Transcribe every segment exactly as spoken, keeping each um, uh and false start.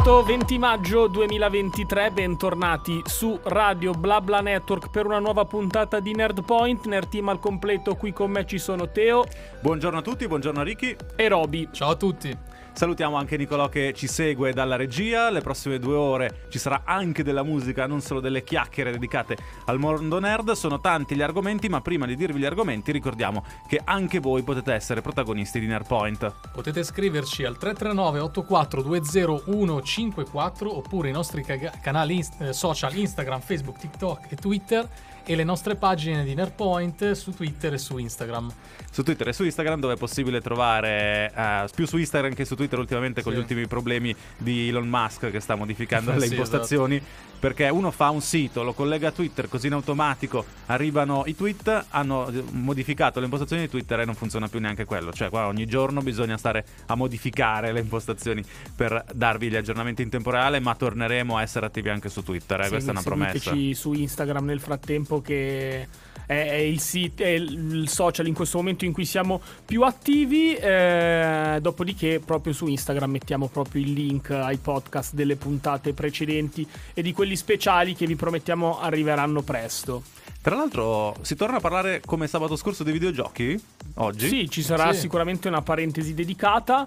sabato venti maggio duemilaventitré, bentornati su Radio BlaBla Network per una nuova puntata di Nerd Point. Nerd Team al completo, qui con me ci sono Teo. Buongiorno a tutti, buongiorno a Ricky e Roby. Ciao a tutti. Salutiamo anche Nicolò che ci segue dalla regia. Le prossime due ore ci sarà anche della musica, non solo delle chiacchiere dedicate al mondo nerd. Sono tanti gli argomenti, ma prima di dirvi gli argomenti ricordiamo che anche voi potete essere protagonisti di Nerd Point. Potete scriverci al tre tre nove otto quattro due zero uno cinque quattro oppure i nostri caga- canali inst- social Instagram, Facebook, TikTok e Twitter, e le nostre pagine di Nerd Point su Twitter e su Instagram. Su Twitter e su Instagram, dove è possibile trovare uh, più su Instagram che su Twitter ultimamente, con sì. gli ultimi problemi di Elon Musk che sta modificando le sì, impostazioni, esatto. Perché uno fa un sito, lo collega a Twitter, così in automatico arrivano i tweet, hanno modificato le impostazioni di Twitter e non funziona più neanche quello. Cioè qua ogni giorno bisogna stare a modificare le impostazioni per darvi gli aggiornamenti in tempo reale, ma torneremo a essere attivi anche su Twitter, eh? Sì, Questa è una promessa. Seguiteci su Instagram nel frattempo, che è il sito, è il social in questo momento in cui siamo più attivi, eh, dopodiché proprio su Instagram mettiamo proprio il link ai podcast delle puntate precedenti e di quelli speciali che vi promettiamo arriveranno presto. Tra l'altro si torna a parlare come sabato scorso di videogiochi oggi? Sì, ci sarà sì. sicuramente una parentesi dedicata.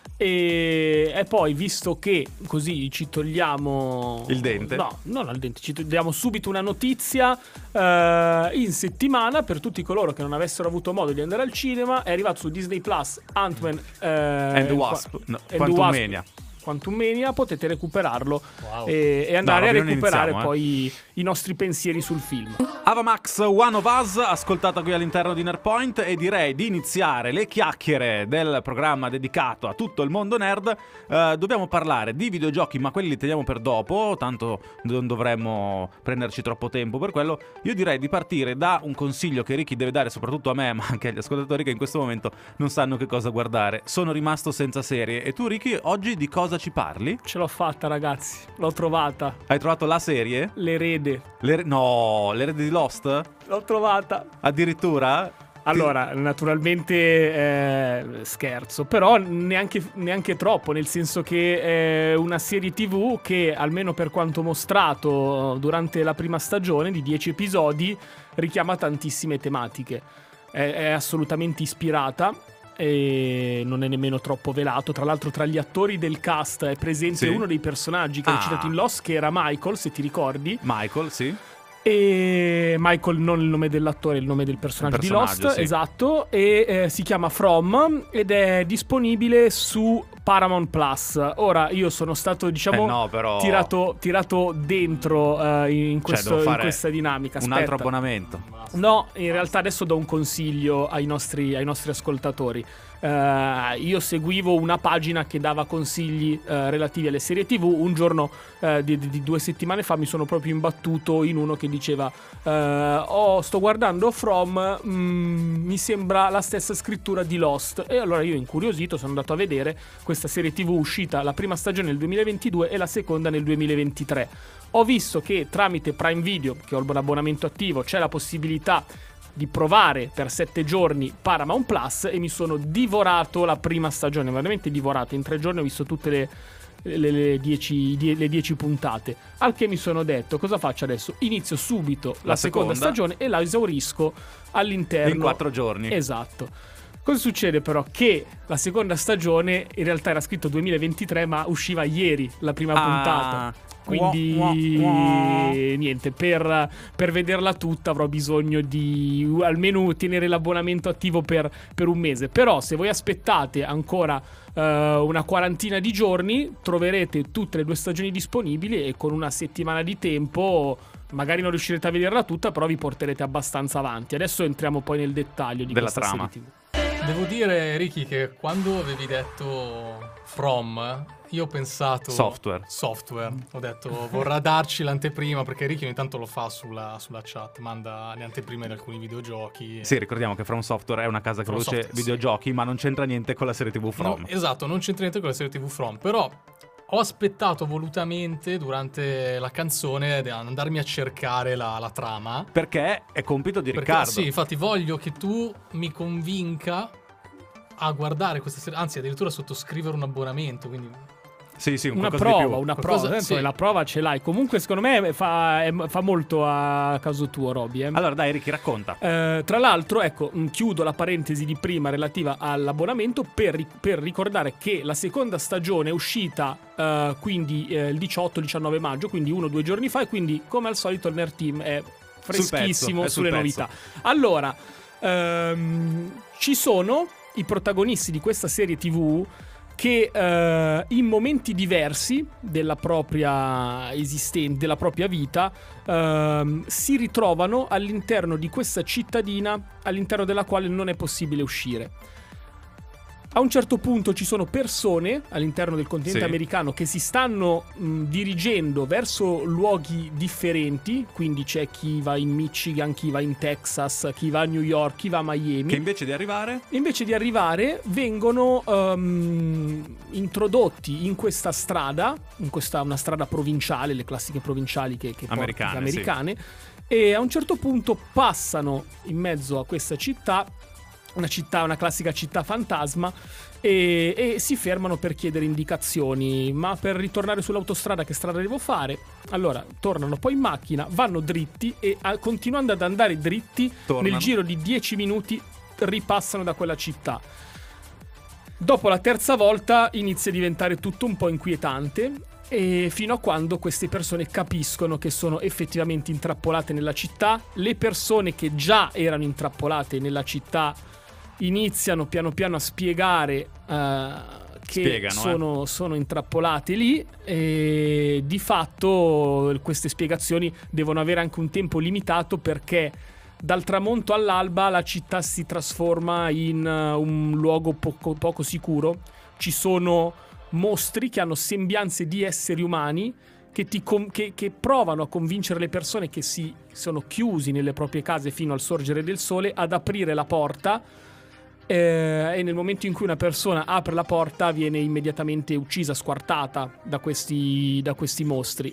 E, e poi, visto che così ci togliamo il dente, no, non al dente, ci togliamo subito una notizia, eh, in settimana, per tutti coloro che non avessero avuto modo di andare al cinema, è arrivato su Disney Plus Ant-Man eh, and the Wasp, qua- no, and the Quantumania. Wasp. Quantumania, potete recuperarlo. Wow. e, e andare No, a recuperare iniziamo, eh. poi i nostri pensieri sul film. Avamax One of Us, ascoltata qui all'interno di Nerd Point, e direi di iniziare le chiacchiere del programma dedicato a tutto il mondo nerd. Uh, dobbiamo parlare di videogiochi, ma quelli li teniamo per dopo, tanto non dovremmo prenderci troppo tempo per quello. Io direi di partire da un consiglio che Ricky deve dare soprattutto a me, ma anche agli ascoltatori che in questo momento non sanno che cosa guardare. Sono rimasto senza serie, e tu Ricky oggi di cosa ci parli? Ce l'ho fatta, ragazzi, l'ho trovata. Hai trovato la serie? L'erede. L'ere- no, l'erede di Lost? L'ho trovata. Addirittura? Allora, naturalmente eh, scherzo, però neanche, neanche troppo, nel senso che è una serie tivù che, almeno per quanto mostrato durante la prima stagione di dieci episodi, richiama tantissime tematiche. È, è assolutamente ispirata e non è nemmeno troppo velato. Tra l'altro, tra gli attori del cast è presente Sì. uno dei personaggi che Ah. ha recitato in Lost, che era Michael, se ti ricordi. Michael, sì. E Michael, non il nome dell'attore, il nome del personaggio, Il di personaggio, Lost, sì. esatto. E eh, si chiama From ed è disponibile su Paramount Plus. Ora, io sono stato, diciamo, Eh no, però... tirato, tirato dentro eh, in, questo, devo in fare questa dinamica. un Aspetta. altro abbonamento. No, in realtà adesso do un consiglio ai nostri, ai nostri ascoltatori. Uh, io seguivo una pagina che dava consigli uh, relativi alle serie tivù. Un giorno uh, di, di due settimane fa mi sono proprio imbattuto in uno che diceva uh, oh, sto guardando From, mm, mi sembra la stessa scrittura di Lost. E allora io, incuriosito, sono andato a vedere questa serie tivù, uscita la prima stagione nel duemilaventidue e la seconda nel duemilaventitré. Ho visto che tramite Prime Video, che ho l'abbonamento attivo, c'è la possibilità di provare per sette giorni Paramount Plus, e mi sono divorato la prima stagione, veramente divorato. In tre giorni ho visto tutte le, le, le, dieci, die, le dieci puntate. Al che mi sono detto, cosa faccio adesso? Inizio subito la, La seconda. seconda stagione e la esaurisco all'interno. In quattro giorni. Esatto. Cosa succede però? Che la seconda stagione in realtà era scritto duemilaventitré, ma usciva ieri la prima Ah. puntata. Quindi Wah, wah, wah. niente, per, per vederla tutta avrò bisogno di uh, almeno tenere l'abbonamento attivo per, per un mese. Però se voi aspettate ancora uh, una quarantina di giorni, troverete tutte le due stagioni disponibili, e con una settimana di tempo magari non riuscirete a vederla tutta, però vi porterete abbastanza avanti. Adesso entriamo poi nel dettaglio di Della questa trama. serie tivù. Devo dire, Ricky, che quando avevi detto From, io ho pensato Software. Software. Ho detto vorrà darci l'anteprima, perché Ricky ogni tanto lo fa sulla, sulla chat, manda le anteprime di alcuni videogiochi. Sì, ricordiamo che From Software è una casa che From produce Software, videogiochi, ma non c'entra niente con la serie tivù From. No, esatto, non c'entra niente con la serie tivù From, però ho aspettato volutamente durante la canzone di andarmi a cercare la, la trama. Perché è compito di Perché, Riccardo. sì, infatti voglio che tu mi convinca a guardare questa serie, anzi addirittura sottoscrivere un abbonamento, quindi Sì, sì, un una qualcosa di prova, più. una Qualcosa- prova, sì. la prova ce l'hai. Comunque secondo me fa, è- fa molto a caso tuo, Roby. eh. Allora dai Ricky, racconta. Eh, tra l'altro, ecco, mh, chiudo la parentesi di prima relativa all'abbonamento per, ri- per ricordare che la seconda stagione è uscita eh, quindi eh, il diciotto diciannove maggio, quindi uno o due giorni fa, e quindi come al solito il Nerd Team è freschissimo pezzo, è sul sulle pezzo. novità. Allora, ehm, ci sono i protagonisti di questa serie tivù che eh, in momenti diversi della propria esistenza, della propria vita, ehm, si ritrovano all'interno di questa cittadina all'interno della quale non è possibile uscire. A un certo punto ci sono persone all'interno del continente Sì. americano che si stanno mh, dirigendo verso luoghi differenti, quindi c'è chi va in Michigan, chi va in Texas, chi va a New York, chi va a Miami. Che invece di arrivare Invece di arrivare vengono ehm, introdotti in questa strada, in questa una strada provinciale, le classiche provinciali che, che portano- Americane, americane, e a un certo punto passano in mezzo a questa città, una città, una classica città fantasma, e, e si fermano per chiedere indicazioni. Ma per ritornare sull'autostrada, che strada devo fare? Allora tornano poi in macchina, vanno dritti e a- continuando ad andare dritti, Tornano. nel giro di dieci minuti ripassano da quella città. Dopo la terza volta inizia a diventare tutto un po' inquietante, e fino a quando queste persone capiscono che sono effettivamente intrappolate nella città. Le persone che già erano intrappolate nella città iniziano piano piano a spiegare eh, che Spiegano, sono, sono intrappolate lì, e di fatto queste spiegazioni devono avere anche un tempo limitato, perché dal tramonto all'alba la città si trasforma in uh, un luogo poco, poco sicuro. Ci sono mostri che hanno sembianze di esseri umani che, ti com- che, che provano a convincere le persone che si sono chiusi nelle proprie case fino al sorgere del sole ad aprire la porta, eh, e nel momento in cui una persona apre la porta viene immediatamente uccisa, squartata da questi, da questi mostri,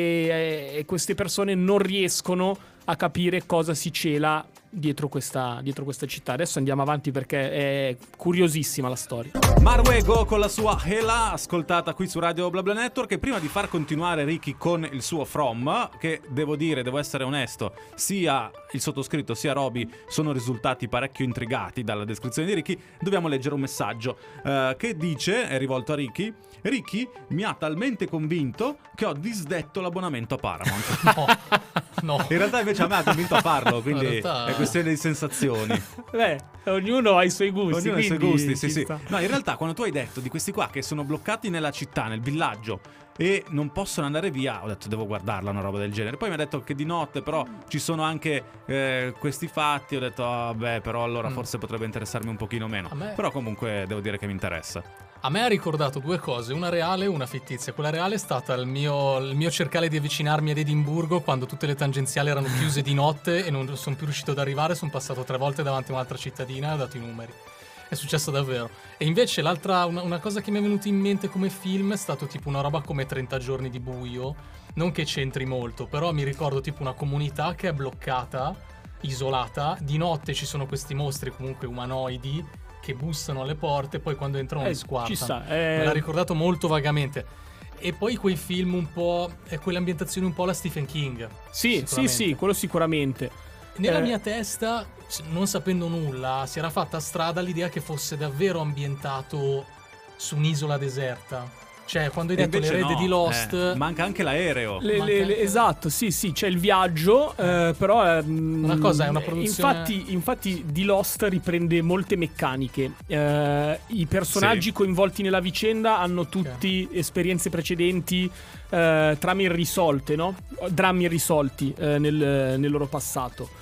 e, e queste persone non riescono a capire cosa si cela dietro questa, dietro questa città. Adesso andiamo avanti perché è curiosissima la storia. Marwego con la sua Hela, ascoltata qui su Radio BlaBla Network. E prima di far continuare Ricky con il suo From, che devo dire, devo essere onesto, sia il sottoscritto sia Roby sono risultati parecchio intrigati dalla descrizione di Ricky, dobbiamo leggere un messaggio eh, che dice, è rivolto a Ricky: Ricky mi ha talmente convinto che ho disdetto l'abbonamento a Paramount. No, no. In realtà invece a me ha convinto a farlo, quindi In realtà- è questione di sensazioni. Beh, ognuno ha i suoi gusti. Ognuno ha i suoi quindi gusti, sì, ci sì. sta. No, in realtà quando tu hai detto di questi qua che sono bloccati nella città, nel villaggio, e non possono andare via, ho detto devo guardarla una roba del genere. Poi mi ha detto che di notte però ci sono anche eh, questi fatti, ho detto ah, beh, però allora Mm. forse potrebbe interessarmi un pochino meno. A me- Però comunque devo dire che mi interessa. A me ha ricordato due cose, una reale e una fittizia. Quella reale è stata il mio, il mio cercare di avvicinarmi ad Edimburgo quando tutte le tangenziali erano chiuse di notte e non sono più riuscito ad arrivare. Sono passato tre volte davanti a un'altra cittadina e ho dato i numeri. È successo davvero. E invece l'altra, una, una cosa che mi è venuta in mente come film è stato tipo una roba come trenta giorni di buio. Non che c'entri molto, però mi ricordo tipo una comunità che è bloccata, isolata. Di notte ci sono questi mostri comunque umanoidi che bussano alle porte, poi quando entrano Eh, li squartano. ci sta, eh. Me l'ha ricordato molto vagamente. E poi quei film un po', e quelle ambientazioni un po' alla Stephen King. Sì, sì, sicuramente. sì, quello sicuramente. Nella Eh. mia testa, s- non sapendo nulla, si era fatta strada l'idea che fosse davvero ambientato su un'isola deserta. Cioè, quando hai E detto le invece rete no, di Lost, eh, manca anche l'aereo. Le- Manca le- anche- le- esatto, sì, sì, c'è il viaggio, eh, però ehm, Una cosa, è una produzione- Infatti, infatti di Lost riprende molte meccaniche. Eh, I personaggi Sì. coinvolti nella vicenda hanno tutti esperienze precedenti, eh, trame irrisolte, no? Drammi irrisolti eh, nel, nel loro passato.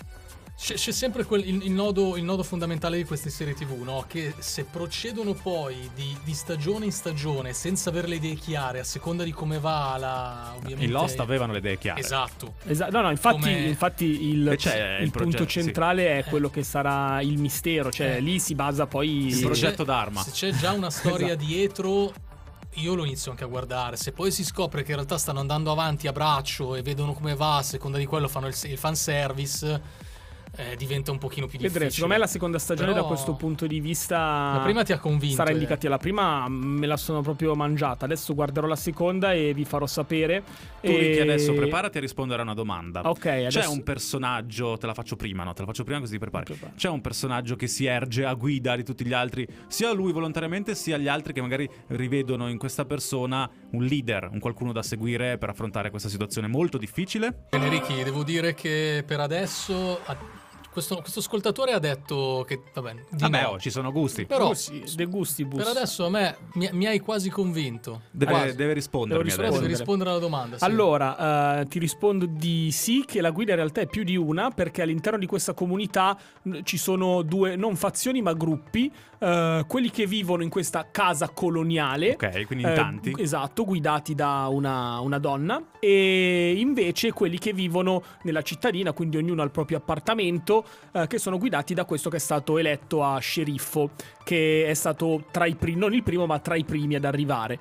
c'è, c'è sempre quel, il, il nodo, il nodo fondamentale di queste serie tivù, no? Che se procedono poi di, di stagione in stagione senza avere le idee chiare, a seconda di come va la... ovviamente... In Lost avevano le idee chiare. Esatto. Esatto, no, no, infatti, Come- infatti il, E c'è il il punto progetto, sì. centrale è quello che sarà il mistero, cioè Eh. lì si basa poi Il Se progetto c'è- d'arma. Se c'è già una storia Esatto. dietro, io lo inizio anche a guardare. Se poi si scopre che in realtà stanno andando avanti a braccio e vedono come va, a seconda di quello fanno il, il fanservice, eh, diventa un pochino più difficile. Vedremo, secondo me la seconda stagione Però da questo punto di vista la prima ti ha convinto, sarà eh. indicativa. La prima me la sono proprio mangiata. Adesso guarderò la seconda e vi farò sapere. Tu e... Ricky, adesso preparati a rispondere a una domanda. Ok, adesso... C'è un personaggio, te la faccio prima, no? Te la faccio prima così ti prepari. Prepara. C'è un personaggio che si erge a guida di tutti gli altri, sia lui volontariamente sia gli altri che magari rivedono in questa persona un leader, un qualcuno da seguire per affrontare questa situazione molto difficile. Bene, Ricky, devo dire che per adesso a- questo, questo ascoltatore ha detto che vabbè, di Vabbè, no. oh, ci sono gusti. Però Gusti, de gustibus. per adesso a me mi, mi hai quasi convinto. Deve, Quasi. deve rispondermi Devo Però adesso. devi rispondere. rispondere alla domanda. Sì. Allora, eh, ti rispondo di sì, che la guida in realtà è più di una, perché all'interno di questa comunità mh, ci sono due, non fazioni, ma gruppi. eh, quelli che vivono in questa casa coloniale. Ok, quindi in eh, tanti. esatto, guidati da una, una donna. E invece quelli che vivono nella cittadina, quindi ognuno ha il proprio appartamento, eh, che sono guidati da questo che è stato eletto a sceriffo, che è stato tra i primi, non il primo, ma tra i primi ad arrivare.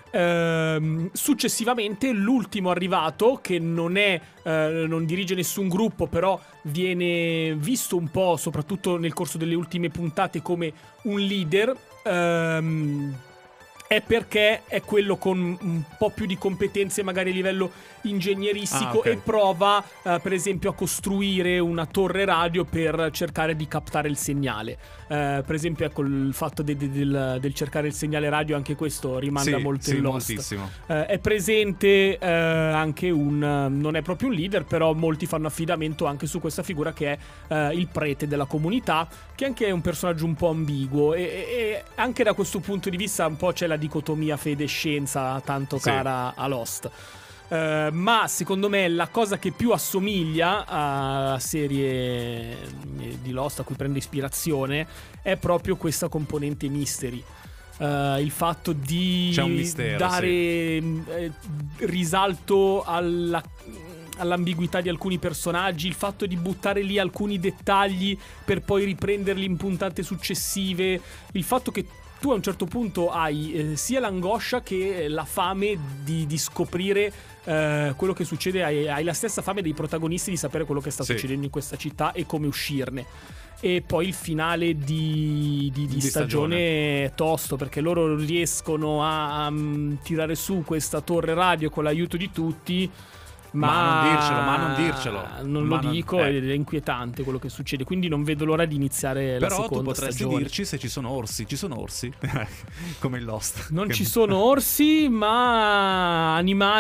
Ehm, successivamente l'ultimo arrivato, che non è eh, non dirige nessun gruppo, però viene visto un po', soprattutto nel corso delle ultime puntate, come un leader, ehm, è perché è quello con un po' più di competenze magari a livello ingegneristico. Ah, ok. E prova eh, per esempio a costruire una torre radio per cercare di captare il segnale. Eh, per esempio, ecco, il fatto de- de- del, del cercare il segnale radio, anche questo rimanda Sì, molto sì, in Lost. moltissimo. Eh, è presente eh, anche un, non è proprio un leader, però molti fanno affidamento anche su questa figura che è eh, il prete della comunità, che anche è un personaggio un po' ambiguo, e, e- e anche da questo punto di vista un po' c'è la dicotomia fede-scienza tanto Sì. cara a Lost. Eh, ma secondo me la cosa che più assomiglia a serie di Lost a cui prende ispirazione è proprio questa componente mystery. Eh, il fatto di C'è un mistero, dare eh, risalto alla all'ambiguità di alcuni personaggi, il fatto di buttare lì alcuni dettagli per poi riprenderli in puntate successive, il fatto che tu a un certo punto hai eh, sia l'angoscia che la fame di, di scoprire eh, quello che succede, hai, hai la stessa fame dei protagonisti di sapere quello che sta Sì. succedendo in questa città e come uscirne. E poi il finale di, di, di Di stagione è tosto, perché loro riescono a, a mm, tirare su questa torre radio con l'aiuto di tutti. Ma, Ma non dircelo, ma non dircelo. Non Ma lo non- dico, eh. ed è inquietante quello che succede. Quindi non vedo l'ora di iniziare la Però seconda tu potresti stagione. dirci se ci sono orsi. Ci sono orsi? Come in Lost. Non Che- ci sono orsi, ma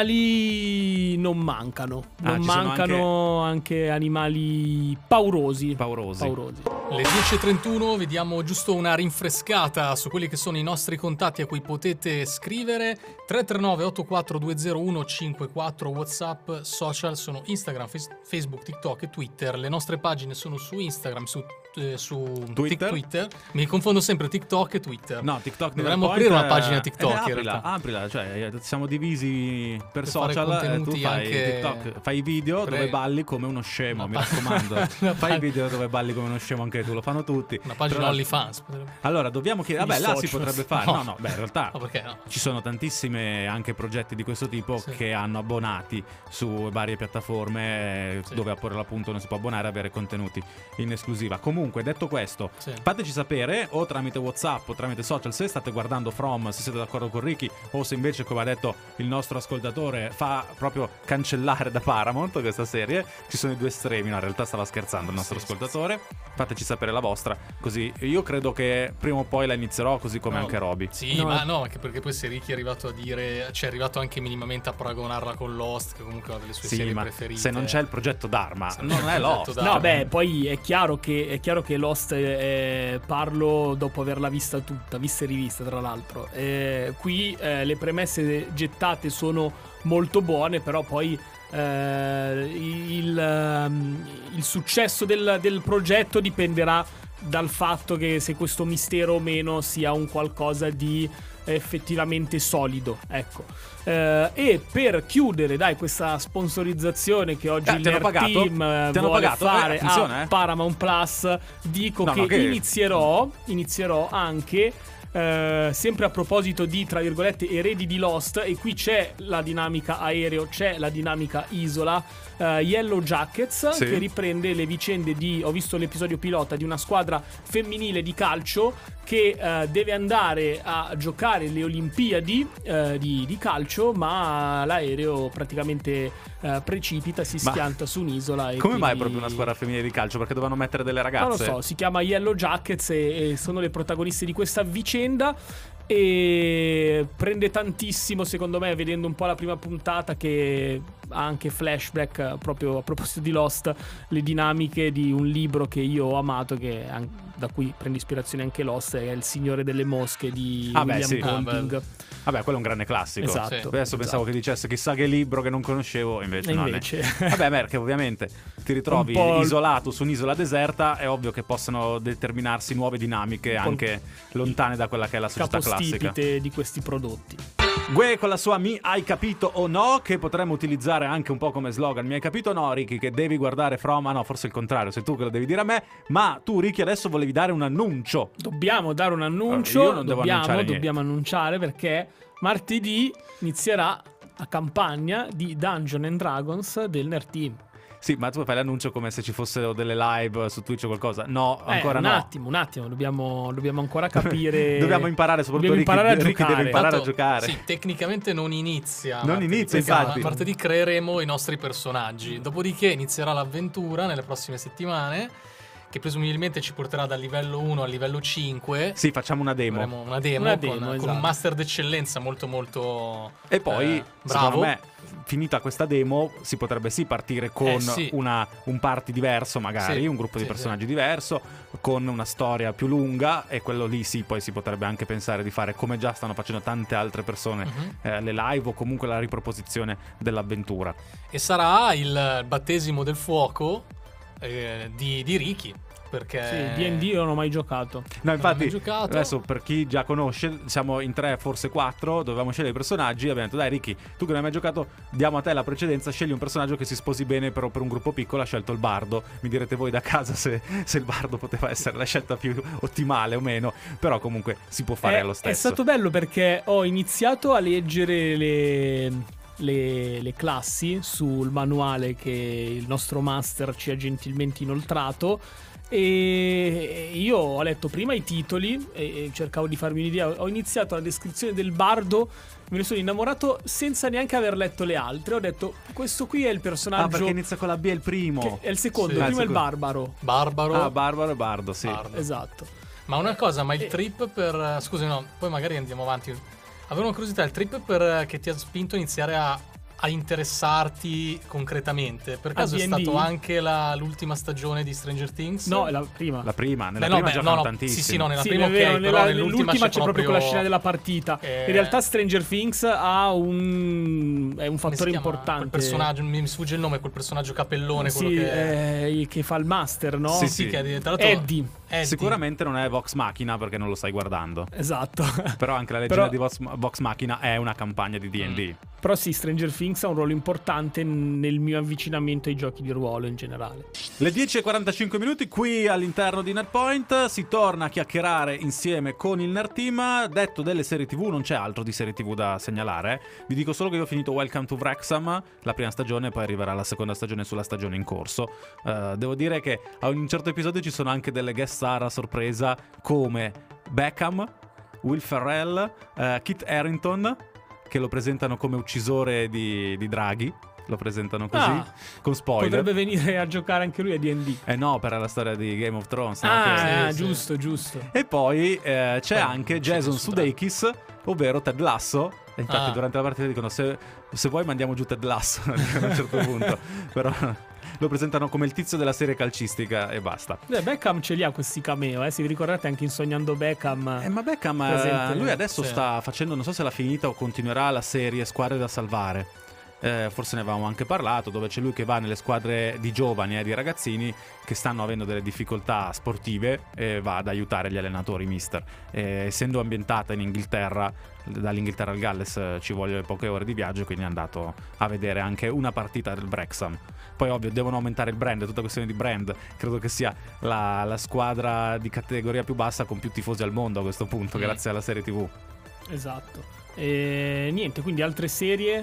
animali non mancano. Ah, Non ci sono mancano anche... animali paurosi. Paurosi. Paurosi. Le dieci e trentuno, vediamo giusto una rinfrescata su quelli che sono i nostri contatti a cui potete scrivere. Tre tre nove otto quattro due zero uno cinque quattro, WhatsApp, social sono Instagram, Face- Facebook, TikTok e Twitter. Le nostre pagine sono su Instagram, su, eh, su Twitter? Tic- Twitter. Mi confondo sempre TikTok e Twitter. No, TikTok di Dovremmo Nerdpoint, aprire una eh, pagina TikTok, eh, in aprila, realtà. aprila, cioè eh, siamo divisi per, Per fare social, eh, tu contenuti fai anche- TikTok, fai video Pre- dove balli come uno scemo, Una mi pa- raccomando. una Fai pag- video dove balli come uno scemo anche tu, lo fanno tutti. Una pagina Però- OnlyFans. potrebbe- Allora, dobbiamo chiedere, Gli vabbè, là si social. potrebbe fare. No. No, no, beh, in realtà No, perché no? ci sono tantissime anche progetti di questo tipo Sì. che hanno abbonati su varie piattaforme eh, Sì. dove per l'appunto non si può abbonare e avere contenuti in esclusiva. Comunque, detto questo, Sì. fateci sapere o tramite WhatsApp o tramite social se state guardando From, se siete d'accordo con Ricky o se invece, come ha detto il nostro ascoltatore, fa proprio cancellare da Paramount questa serie. Ci sono i due estremi, no, in realtà stava scherzando il nostro Sì, sì, ascoltatore. Fateci sapere la vostra, così io credo che prima o poi la inizierò, così come No, anche Roby. Sì, No, ma eh. no, anche perché poi se Ricky è arrivato a dire, cioè è arrivato anche minimamente a paragonarla con Lost, che comunque è una delle sue Sì, serie ma preferite. se non c'è il progetto Dharma, Se non c'è non il è progetto Lost. Dharma. No, beh, poi è chiaro che, è chiaro che Lost eh, parlo dopo averla vista tutta, vista e rivista tra l'altro. Eh, qui eh, le premesse gettate sono molto buone, però poi eh, il, ehm, il successo del, del progetto dipenderà dal fatto che se questo mistero o meno sia un qualcosa di effettivamente solido, ecco. Eh, e per chiudere, dai, questa sponsorizzazione che oggi Eh, il ti hanno Nerd pagato? Team eh, Ti hanno vuole pagato? fare Eh, funziona, a eh? Paramount Plus, dico No, che, no, che- inizierò inizierò anche eh, sempre a proposito di, tra virgolette, eredi di Lost, e qui c'è la dinamica aereo, c'è la dinamica isola, eh, Yellow Jackets, sì. che riprende le vicende di, ho visto l'episodio pilota, di una squadra femminile di calcio che eh, deve andare a giocare le Olimpiadi eh, di, di calcio, ma l'aereo praticamente eh, precipita, si Ma schianta su un'isola. E come mai quindi... proprio una squadra femminile di calcio? Perché dovevano mettere delle ragazze? Non lo so, si chiama Yellow Jackets e, e sono le protagoniste di questa vicenda. E prende tantissimo, secondo me, vedendo un po' la prima puntata, che ha anche flashback, proprio a proposito di Lost, le dinamiche di un libro che io ho amato, che da cui prende ispirazione anche Lost, è Il Signore delle Mosche di ah, beh, William sì. Golding. Ah, Vabbè, quello è un grande classico. Esatto. Sì. Adesso esatto. pensavo che dicesse chissà che libro che non conoscevo, invece, e no. invece... Vabbè, perché ovviamente ti ritrovi isolato su un'isola deserta, è ovvio che possono determinarsi nuove dinamiche anche lontane da quella che è la società classica di questi prodotti. Gue con la sua Mi hai capito o no, che potremmo utilizzare anche un po' come slogan. Mi hai capito o no, Ricky, che devi guardare From? Ah no, forse il contrario, sei tu che lo devi dire a me. Ma tu, Ricky, adesso volevi dare un annuncio. Dobbiamo dare un annuncio. Io non devo dobbiamo, annunciare dobbiamo annunciare perché martedì inizierà la campagna di Dungeons and Dragons del Nerd Team. Sì, ma tu fai l'annuncio come se ci fossero delle live su Twitch o qualcosa. No, ancora eh, un no. Un attimo, un attimo, dobbiamo, dobbiamo ancora capire. Dobbiamo imparare, soprattutto dobbiamo Ricky, imparare a Ricky giocare. deve imparare Tanto, a giocare. Sì, tecnicamente non inizia. Non martedì, inizia, perché infatti. Martedì creeremo i nostri personaggi. Dopodiché inizierà l'avventura nelle prossime settimane, che presumibilmente ci porterà dal livello uno al livello cinque. Sì, facciamo una demo. Avremo una demo, Una con, demo, con esatto. un master d'eccellenza molto molto E poi, eh, bravo. secondo me, finita questa demo, si potrebbe sì partire con Eh, sì. una, un party diverso, magari, Sì, un gruppo di sì, personaggi diverso, con una storia più lunga, e quello lì sì, poi si potrebbe anche pensare di fare, come già stanno facendo tante altre persone, Mhm. eh, le live o comunque la riproposizione dell'avventura. E sarà il battesimo del fuoco eh, di, di Ricky. Perché Sì, D and D io non ho mai giocato. No, infatti, mai giocato. adesso per chi già conosce, siamo in tre, forse quattro, dovevamo scegliere i personaggi, abbiamo detto, dai Ricky, tu che non hai mai giocato, diamo a te la precedenza, scegli un personaggio che si sposi bene, però per un gruppo piccolo ha scelto il bardo. Mi direte voi da casa se, se il bardo poteva essere la scelta più ottimale o meno, però comunque si può fare È, lo stesso. è stato bello perché ho iniziato a leggere le... Le, le classi sul manuale che il nostro master ci ha gentilmente inoltrato, e io ho letto prima i titoli e cercavo di farmi un'idea. Ho iniziato la descrizione del bardo, me ne sono innamorato senza neanche aver letto le altre. Ho detto, questo qui è il personaggio. Ah, perché inizia con la B, è il primo. Che è il secondo, Sì. il Ah, il primo è il secondo. barbaro. Barbaro. Ah, Barbaro e Bardo, sì. Bardo. Esatto. Ma una cosa, ma il E- trip per... Scusi, no, poi magari andiamo avanti. Avevo una curiosità, il trip per che ti ha spinto a iniziare a, a interessarti concretamente? Per caso A è D and D? stato anche la- l'ultima stagione di Stranger Things? No, è la prima. La prima, nella Beh, no, prima beh, giocano no, no, tantissimo. sì, sì, no, nella Sì, prima è vero, ok, nella- però nell'ultima nell'ultima c'è c'è proprio quella scena della partita. Eh, In realtà Stranger Things ha un è un come si fattore chiama? importante. Quel personaggio, mi sfugge il nome, quel personaggio capellone, quello Sì, che... eh, che fa il master, no? Sì, sì, sì. che è tra l'altro... Eddie. Eddie. Sicuramente non è Vox Machina perché non lo stai guardando. Esatto. Però anche la leggenda Però- di Vox, Vox Machina è una campagna di D and D. Però sì, Stranger Things ha un ruolo importante nel mio avvicinamento ai giochi di ruolo in generale. Le dieci e quarantacinque minuti qui all'interno di Nerdpoint, si torna a chiacchierare insieme con il Nerd Team. Detto delle serie tv, non c'è altro di serie tv da segnalare. eh. Vi dico solo che io ho finito Welcome to Wrexham, la prima stagione, poi arriverà la seconda stagione sulla stagione in corso. Eh, devo dire che a un certo episodio ci sono anche delle guest star a sorpresa come Beckham, Will Ferrell, eh, Kit Harington, che lo presentano come uccisore di, di draghi. Lo presentano così, Ah, con spoiler. Potrebbe venire a giocare anche lui a D and D. Eh no, per la storia di Game of Thrones. no? Ah, Che- eh, sì. giusto, giusto. E poi eh, c'è Beh, anche non c'è Jason nessun Sudeikis, ovvero Ted Lasso. E infatti Ah. durante la partita dicono se, se vuoi mandiamo giù Ted Lasso a un certo punto. Però lo presentano come il tizio della serie calcistica e basta. Eh, Beckham ce li ha questi cameo, eh. Se vi ricordate anche in Sognando Beckham. Eh, ma Beckham, Presente. eh, lui adesso Sì. sta facendo, non so se l'ha finita o continuerà la serie Squadre da salvare. eh, forse ne avevamo anche parlato, dove c'è lui che va nelle squadre di giovani e eh, di ragazzini che stanno avendo delle difficoltà sportive e va ad aiutare gli allenatori mister. Eh, essendo ambientata in Inghilterra, dall'Inghilterra al Galles eh, ci vogliono poche ore di viaggio, quindi è andato a vedere anche una partita del Wrexham. Poi ovvio devono aumentare il brand, è tutta questione di brand, credo che sia la, la squadra di categoria più bassa con più tifosi al mondo a questo punto, mm. grazie alla serie tivù. Esatto. E niente, quindi altre serie?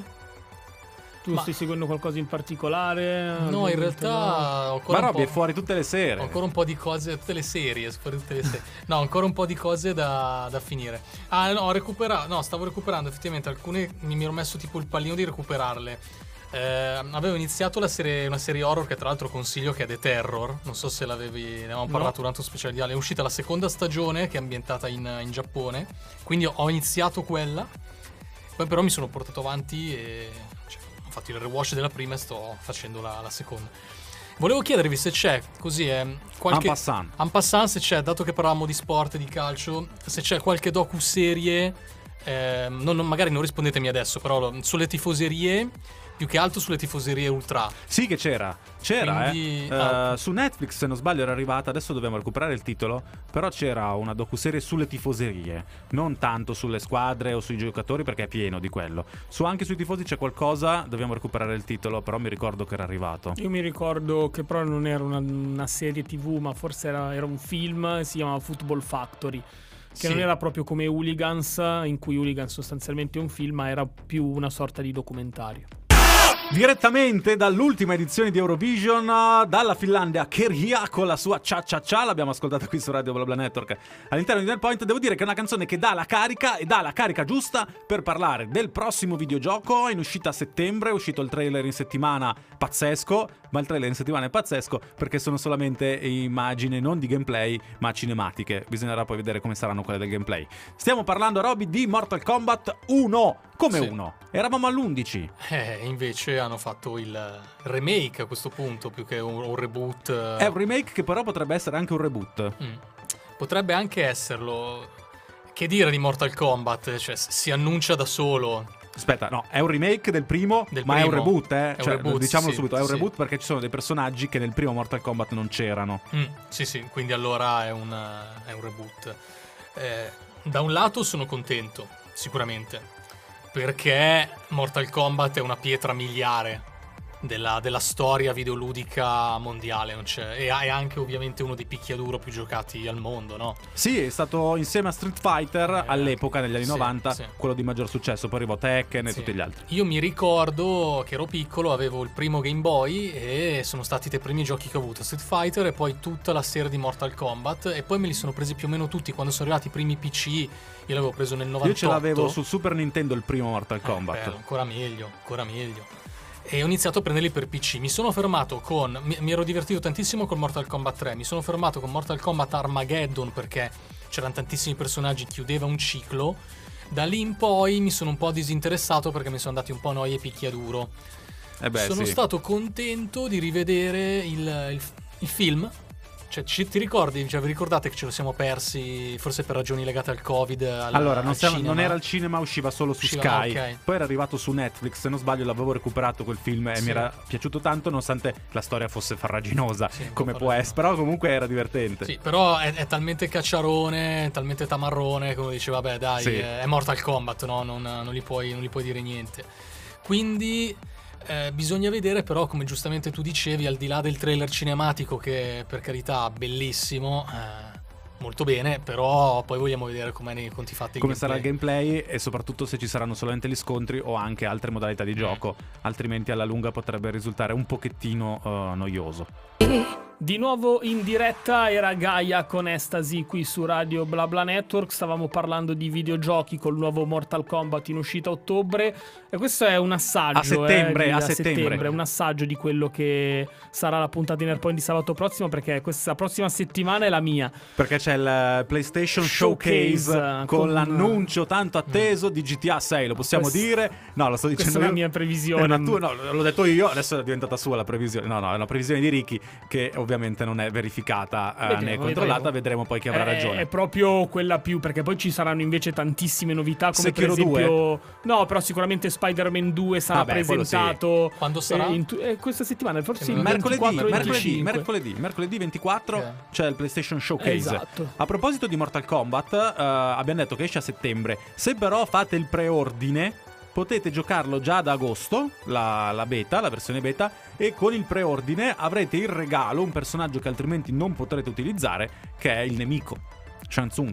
Tu Ma... stai seguendo qualcosa in particolare? No, in realtà ho ancora Ma un Robby po'... è fuori tutte le sere. Ho ancora un po' di cose, tutte le serie, fuori tutte le serie. No, ancora un po' di cose da, da finire. Ah, no, ho recuperato, no, stavo recuperando effettivamente alcune, mi, mi ero messo tipo il pallino di recuperarle. Eh, avevo iniziato la serie, una serie horror che tra l'altro consiglio, che è The Terror. Non so se l'avevi, ne avevamo parlato no. durante un speciale di Ale. È uscita la seconda stagione, che è ambientata in, in Giappone. Quindi ho iniziato quella. Poi però mi sono portato avanti e cioè, ho fatto il rewatch della prima e sto facendo la, la seconda. Volevo chiedervi se c'è così eh, qualche en passant. en passant, se c'è, dato che parlavamo di sport e di calcio, se c'è qualche docuserie, eh, non, non, magari non rispondetemi adesso, però sulle tifoserie, più che altro sulle tifoserie ultra. Sì che c'era, c'era Quindi, eh. ah, uh, su Netflix se non sbaglio era arrivata, adesso dobbiamo recuperare il titolo, però c'era una docuserie sulle tifoserie, non tanto sulle squadre o sui giocatori perché è pieno di quello. Su anche sui tifosi c'è qualcosa, dobbiamo recuperare il titolo, però mi ricordo che era arrivato. Io mi ricordo che però non era una, una serie tivù, ma forse era, era un film, si chiamava Football Factory, che sì. non era proprio come Hooligans, in cui Hooligans sostanzialmente è un film, ma era più una sorta di documentario. Direttamente dall'ultima edizione di Eurovision, dalla Finlandia, Kerja con la sua Cia Cia Cia, l'abbiamo ascoltata qui su Radio BlaBla Network all'interno di Nerdpoint. Devo dire che è una canzone che dà la carica e dà la carica giusta per parlare del prossimo videogioco in uscita a settembre. È uscito il trailer in settimana, pazzesco, ma il trailer in settimana è pazzesco perché sono solamente immagini non di gameplay ma cinematiche. Bisognerà poi vedere come saranno quelle del gameplay. Stiamo parlando, Robby, di Mortal Kombat uno. Come sì. uno? Eravamo all'undici. Eh, invece hanno fatto il remake a questo punto, più che un, un reboot. È un remake che però potrebbe essere anche un reboot. Mm. Potrebbe anche esserlo. Che dire di Mortal Kombat? Cioè, si annuncia da solo. Aspetta, no, è un remake del primo, del ma primo. è un reboot, eh? È cioè, un reboot, diciamolo sì, subito, è un sì. reboot perché ci sono dei personaggi che nel primo Mortal Kombat non c'erano. Mm, sì, sì, quindi allora è un, è un reboot. Eh, da un lato sono contento, sicuramente, perché Mortal Kombat è una pietra miliare della, della storia videoludica mondiale, non c'è, e è anche ovviamente uno dei picchiaduro più giocati al mondo, no? Sì, è stato insieme a Street Fighter eh, all'epoca, negli anni sì, novanta, sì. quello di maggior successo, poi arrivò Tekken e Sì. tutti gli altri. Io mi ricordo che ero piccolo, avevo il primo Game Boy e sono stati i primi giochi che ho avuto, Street Fighter e poi tutta la serie di Mortal Kombat, e poi me li sono presi più o meno tutti quando sono arrivati i primi P C. Io l'avevo preso nel novantotto. Io ce l'avevo sul Super Nintendo il primo Mortal Kombat. Eh, bello, ancora meglio, ancora meglio. E ho iniziato a prenderli per P C. Mi sono fermato con... Mi, mi ero divertito tantissimo con Mortal Kombat tre. Mi sono fermato con Mortal Kombat Armageddon perché c'erano tantissimi personaggi, chiudeva un ciclo. Da lì in poi mi sono un po' disinteressato perché mi sono andati un po' noie e picchiaduro. Eh beh, sono sì. stato contento di rivedere il, il, il film. Cioè, ci, ti ricordi? Cioè, vi ricordate che ce lo siamo persi forse per ragioni legate al Covid? Al, allora, non, al siamo, cinema? non era al cinema, usciva solo su Usciva, Sky. okay. Poi era arrivato su Netflix. Se non sbaglio, l'avevo recuperato quel film e Sì. mi era piaciuto tanto, nonostante la storia fosse farraginosa, Sì, come può farraginosa. essere. Però comunque era divertente. Sì, però è, è talmente cacciarone, è talmente tamarrone che uno dice vabbè dai, Sì. è Mortal Kombat, no? Non, non, gli puoi, non gli puoi dire niente. Quindi eh, bisogna vedere però, come giustamente tu dicevi, al di là del trailer cinematico che per carità bellissimo, eh, molto bene, però poi vogliamo vedere com'è nei conti fatti il Come gameplay. sarà il gameplay e soprattutto se ci saranno solamente gli scontri o anche altre modalità di gioco, altrimenti alla lunga potrebbe risultare un pochettino uh, noioso. Di nuovo in diretta era Gaia con Ecstasy qui su Radio BlaBla Network. Stavamo parlando di videogiochi col nuovo Mortal Kombat in uscita a ottobre, e questo è un assaggio A settembre, eh, di, a a settembre. settembre, un assaggio di quello che sarà la puntata di Nerdpoint di sabato prossimo, perché questa prossima settimana è la mia. Perché c'è il PlayStation Showcase, Showcase, con, con l'annuncio tanto atteso di G T A sei, lo possiamo Quest- dire? No, lo sto dicendo Questa è la io. mia È previsione. una tua- no, l'ho detto io, adesso è diventata sua la previsione. No, no, è una previsione di Ricky che ovviamente ovviamente non è verificata eh, Vedremo, né controllata, vedremo. vedremo poi chi avrà È- ragione. È proprio quella più, perché poi ci saranno invece tantissime novità, come Sekiro per esempio no, però sicuramente Spider-Man due sarà Ah, beh, quello sì. presentato. Quando sarà? eh, in tu- eh, questa settimana, forse Sì, il Mercoledì, ventiquattro mercoledì, venticinque. mercoledì, mercoledì ventiquattro Ok. c'è il PlayStation Showcase. Esatto. A proposito di Mortal Kombat, eh, abbiamo detto che esce a settembre. Se però fate il preordine, potete giocarlo già ad agosto, la, la beta, la versione beta, e con il preordine avrete in regalo un personaggio che altrimenti non potrete utilizzare, che è il nemico, Shang Tsung.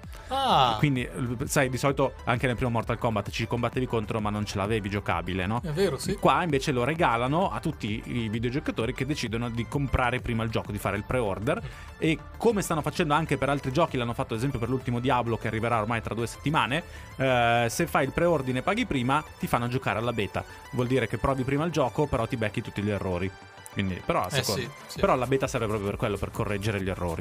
Ah, Quindi, sai, di solito anche nel primo Mortal Kombat ci combattevi contro ma non ce l'avevi giocabile, no? è vero, sì. Qua invece lo regalano a tutti i videogiocatori che decidono di comprare prima il gioco, di fare il pre-order. E come stanno facendo anche per altri giochi, l'hanno fatto ad esempio per l'ultimo Diablo che arriverà ormai tra due settimane, eh, se fai il preordine e paghi prima ti fanno giocare alla beta. Vuol dire che provi prima il gioco però ti becchi tutti gli errori. Quindi, però, a Eh seconda- sì, sì. però la beta serve proprio per quello, per correggere gli errori.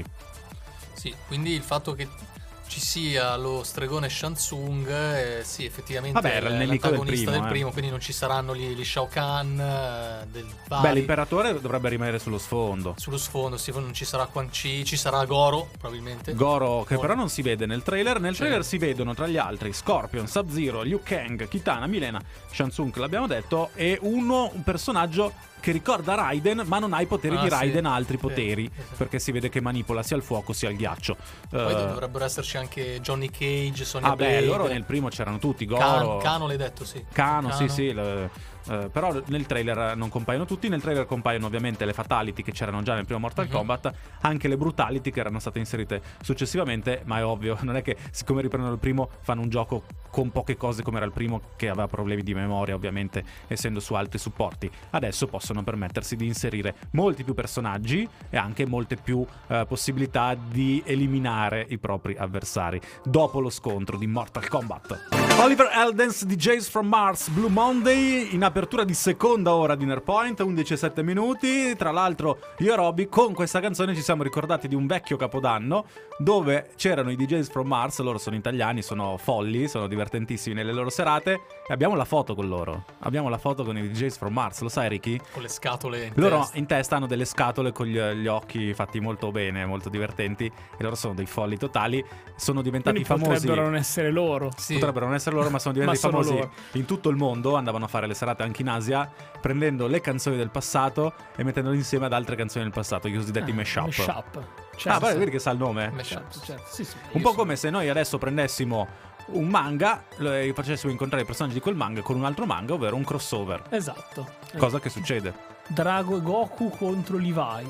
Sì, quindi il fatto che ci sia lo stregone Shang Tsung, eh, sì, effettivamente Vabbè, era il è nemico del l'antagonista primo, del eh. primo, quindi non ci saranno gli, gli Shao Kahn eh, del vari. Beh, l'imperatore dovrebbe rimanere sullo sfondo. Sullo sfondo, sì, non ci sarà Quan Chi, ci sarà Goro, probabilmente. Goro, che Goro. però non si vede nel trailer. Nel Sì. trailer si vedono tra gli altri Scorpion, Sub-Zero, Liu Kang, Kitana, Milena, Shang Tsung, l'abbiamo detto, e uno, un personaggio che ricorda Raiden, ma non ha i poteri Ah, di sì. Raiden, ha altri Sì, poteri, sì, sì. perché si vede che manipola sia il fuoco sia il ghiaccio. Poi Eh, dovrebbero esserci anche Johnny Cage, Sonya ah Blade. beh, loro nel primo c'erano tutti, Goro, Can- Cano l'hai detto, sì. Cano, sì, sì. le- eh, però nel trailer non compaiono tutti. Nel trailer compaiono ovviamente le fatality che c'erano già nel primo Mortal Mhm. Kombat, anche le brutality che erano state inserite successivamente. Ma è ovvio, non è che siccome riprendono il primo fanno un gioco con poche cose come era il primo, che aveva problemi di memoria ovviamente essendo su altri supporti. Adesso possono permettersi di inserire molti più personaggi e anche molte più eh, possibilità di eliminare i propri avversari dopo lo scontro di Mortal Kombat. Oliver Eldens, D Js from Mars, Blue Monday, in apertura di seconda ora di Nerpoint, undici e sette minuti. Tra l'altro io e Robby con questa canzone ci siamo ricordati di un vecchio capodanno dove c'erano i D Js from Mars. Loro sono italiani, sono folli, sono divertentissimi nelle loro serate, e abbiamo la foto con loro. Abbiamo la foto con i D Js from Mars, lo sai Ricky? Con le scatole in Loro testa. in testa hanno delle scatole con gli, gli occhi fatti molto bene, molto divertenti, e loro sono dei folli totali. Sono diventati Quindi famosi. potrebbero non essere loro. Sì. Potrebbero non essere loro, ma sono diventati Ma sono famosi loro. in tutto il mondo. Andavano a fare le serate anche in Asia, prendendo le canzoni del passato e mettendole insieme ad altre canzoni del passato, i cosiddetti Ah, mashup. mashup. Ah, Certo, guarda, sì. vedi che sa il nome? Mashup. Certo, certo. Sì, sì. Un Io po' sono- come se noi adesso prendessimo un manga e facessimo incontrare i personaggi di quel manga con un altro manga, ovvero un crossover. Esatto. Cosa che succede? Drago e Goku contro Levi.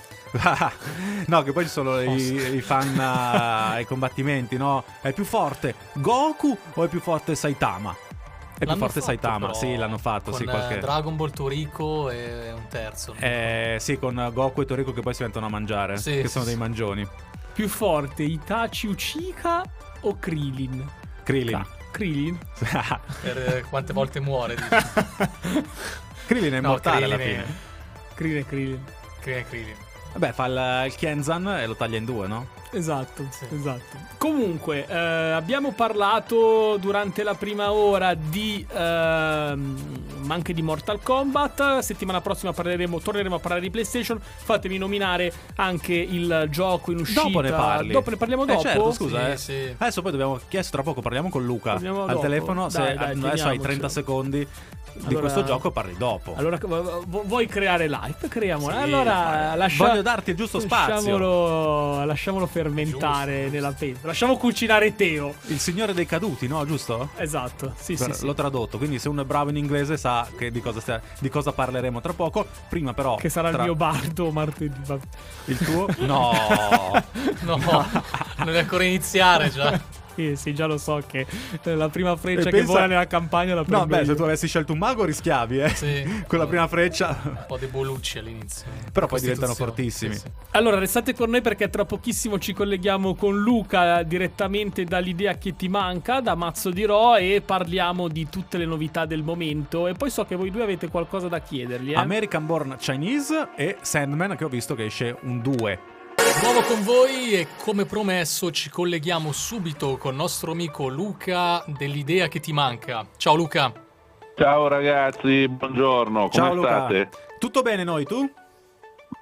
No, che poi ci sono i, i fan uh, ai combattimenti, no? È più forte Goku o è più forte Saitama? È più L'hanno forte fatto, Saitama, però, sì, l'hanno fatto, con sì, qualche... eh, Dragon Ball Toriko e un terzo. Eh, sì, con Goku e Toriko che poi si mettono a mangiare, Sì, che sì, sono sì. dei mangioni. Più forte Itachi Uchiha o Krillin? Krillin. Ah, Krillin? Per eh, quante volte muore. dici. Krillin è No, immortale alla Krillin fine. è- Krillin, Krillin. Krillin, Krillin. Vabbè, fa il, il Kenzan e lo taglia in due, no? Esatto, Sì. esatto. Comunque, eh, abbiamo parlato durante la prima ora di ehm, ma anche di Mortal Kombat. Settimana prossima parleremo, torneremo a parlare di PlayStation. Fatemi nominare anche il gioco in uscita. Dopo ne parli. Dopo ne parliamo Eh, dopo? certo, scusa, Sì, eh. sì. Adesso poi dobbiamo, chiesto tra poco, parliamo con Luca Parliamo al dopo. telefono. Se Dai, dai, adesso hai teniamocelo. trenta secondi di Allora- questo gioco, parli dopo. Allora, vu- vuoi creare live? Creiamola. Sì, allora, vai. lascia- Voglio darti il giusto spazio. Lasciamolo, lasciamolo fermentare Giusto, nella pentola. Lasciamo cucinare Teo. Il Signore dei Caduti, no? Giusto? Esatto. Sì, Per- sì, sì. L'ho tradotto, quindi se uno è bravo in inglese sa che di, cosa stia- di cosa parleremo tra poco. Prima però Che sarà tra- il mio bardo martedì. vabbè. il tuo? No. No, non deve ancora iniziare già. Sì, sì, già lo so che eh, la prima freccia E che pensa- vola nella campagna la prendo No, beh, io. se tu avessi scelto un mago rischiavi, eh. Sì. Con la prima freccia. Un po' dei bolucci all'inizio. Però poi diventano Costituzione. fortissimi. Sì, sì. Allora, restate con noi perché tra pochissimo ci colleghiamo con Luca direttamente dall'idea che ti manca, da Mazzo di Ro, e parliamo di tutte le novità del momento. E poi so che voi due avete qualcosa da chiedergli, eh? American Born Chinese e Sandman, che ho visto che esce un due. Nuovo con voi e come promesso ci colleghiamo subito con il nostro amico Luca dell'idea che ti manca. Ciao Luca. Ciao ragazzi, buongiorno, come Ciao Luca. state? Tutto bene noi, tu?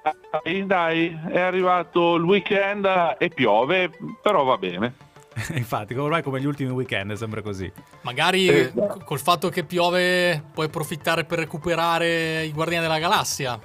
dai, dai, è arrivato il weekend e piove, però va bene. Infatti, ormai come gli ultimi weekend è sempre così. Magari Eh, c- col fatto che piove puoi approfittare per recuperare i Guardiani della Galassia.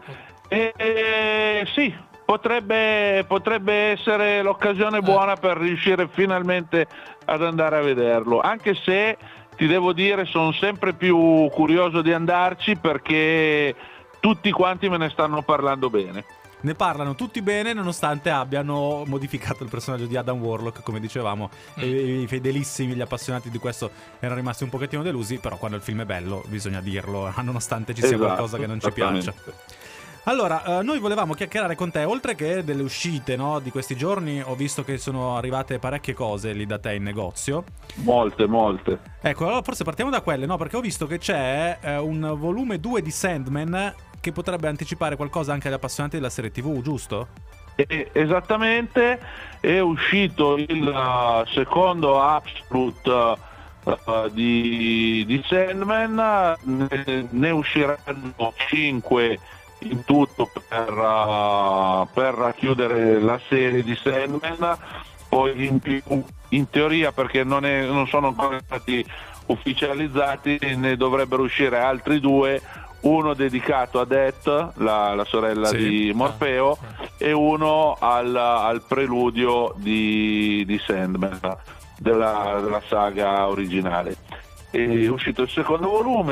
Eh, sì, potrebbe, potrebbe essere l'occasione buona per riuscire finalmente ad andare a vederlo, anche se ti devo dire sono sempre più curioso di andarci perché tutti quanti me ne stanno parlando bene. Ne parlano tutti bene nonostante abbiano modificato il personaggio di Adam Warlock, come dicevamo, Mm. e i fedelissimi, gli appassionati di questo erano rimasti un pochettino delusi, però quando il film è bello bisogna dirlo, nonostante ci sia Esatto, qualcosa che non ci piaccia. esattamente. Allora, eh, noi volevamo chiacchierare con te, oltre che delle uscite, no, di questi giorni. Ho visto che sono arrivate parecchie cose lì da te in negozio. Molte, molte. Ecco, allora forse partiamo da quelle, no? Perché ho visto che c'è eh, un volume due di Sandman che potrebbe anticipare qualcosa anche agli appassionati della serie tivù, giusto? E- esattamente, è uscito il uh, secondo Absolute uh, di, di Sandman, ne, ne usciranno cinque in tutto per, uh, per racchiudere la serie di Sandman, poi in più in teoria, perché non, è, non sono ancora stati ufficializzati, ne dovrebbero uscire altri due, uno dedicato a Death, la, la sorella Sì. di Morfeo, e uno al, al preludio di, di Sandman, della, della saga originale. È uscito il secondo volume,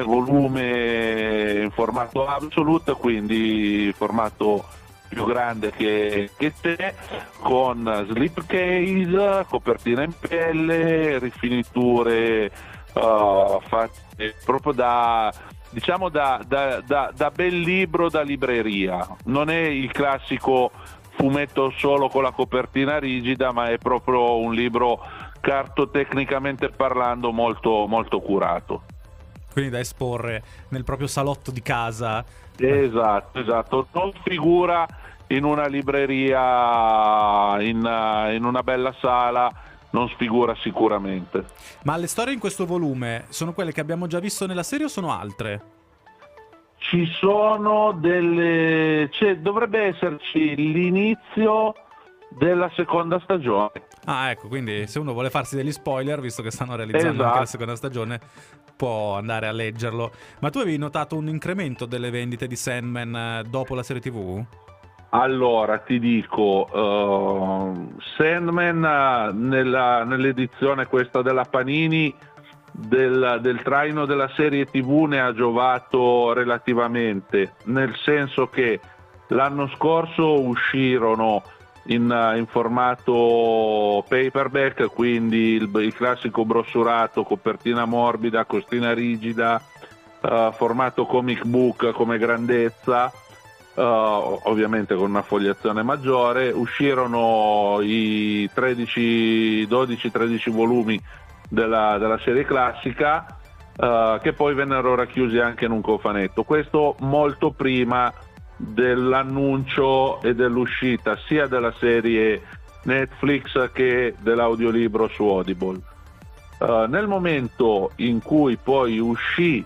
volume in formato Absolute, quindi formato più grande che, che te, con slipcase, copertina in pelle, rifiniture uh, fatte proprio da, diciamo da, da, da, da bel libro da libreria. Non è il classico fumetto solo con la copertina rigida, ma è proprio un libro cartotecnicamente parlando molto, molto curato. Quindi da esporre nel proprio salotto di casa. Esatto, esatto. Non figura in una libreria, in, in una bella sala, non sfigura sicuramente. Ma le storie in questo volume sono quelle che abbiamo già visto nella serie o sono altre? Ci sono delle... Cioè, dovrebbe esserci l'inizio della seconda stagione. Ah, ecco, quindi se uno vuole farsi degli spoiler, visto che stanno realizzando Esatto. anche la seconda stagione, può andare a leggerlo. Ma tu avevi notato un incremento delle vendite di Sandman eh, dopo la serie tivù? Allora, ti dico, uh, Sandman uh, nella, nell'edizione questa della Panini del, del traino della serie tivù ne ha giovato relativamente, nel senso che l'anno scorso uscirono in, in formato paperback, quindi il, il classico brossurato, copertina morbida, costina rigida, uh, formato comic book come grandezza, uh, ovviamente con una fogliazione maggiore. Uscirono i tredici, dodici tredici volumi della, della serie classica, uh, che poi vennero racchiusi anche in un cofanetto, questo molto prima dell'annuncio e dell'uscita sia della serie Netflix che dell'audiolibro su Audible. Uh, nel momento in cui poi uscì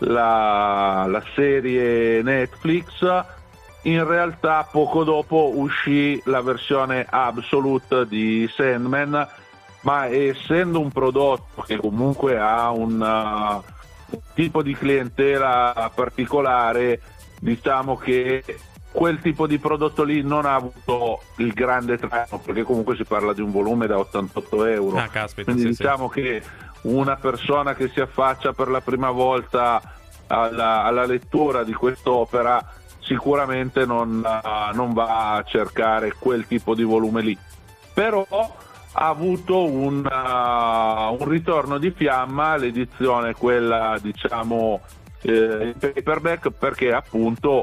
la, la serie Netflix, in realtà poco dopo uscì la versione Absolute di Sandman, ma essendo un prodotto che comunque ha un, uh, un tipo di clientela particolare, diciamo che quel tipo di prodotto lì non ha avuto il grande traino, perché comunque si parla di un volume da ottantotto euro. Ah, caspita, quindi sì, diciamo sì. che una persona che si affaccia per la prima volta alla, alla lettura di quest'opera sicuramente non, uh, non va a cercare quel tipo di volume lì, però ha avuto un, uh, un ritorno di fiamma l'edizione quella diciamo eh, in paperback, perché appunto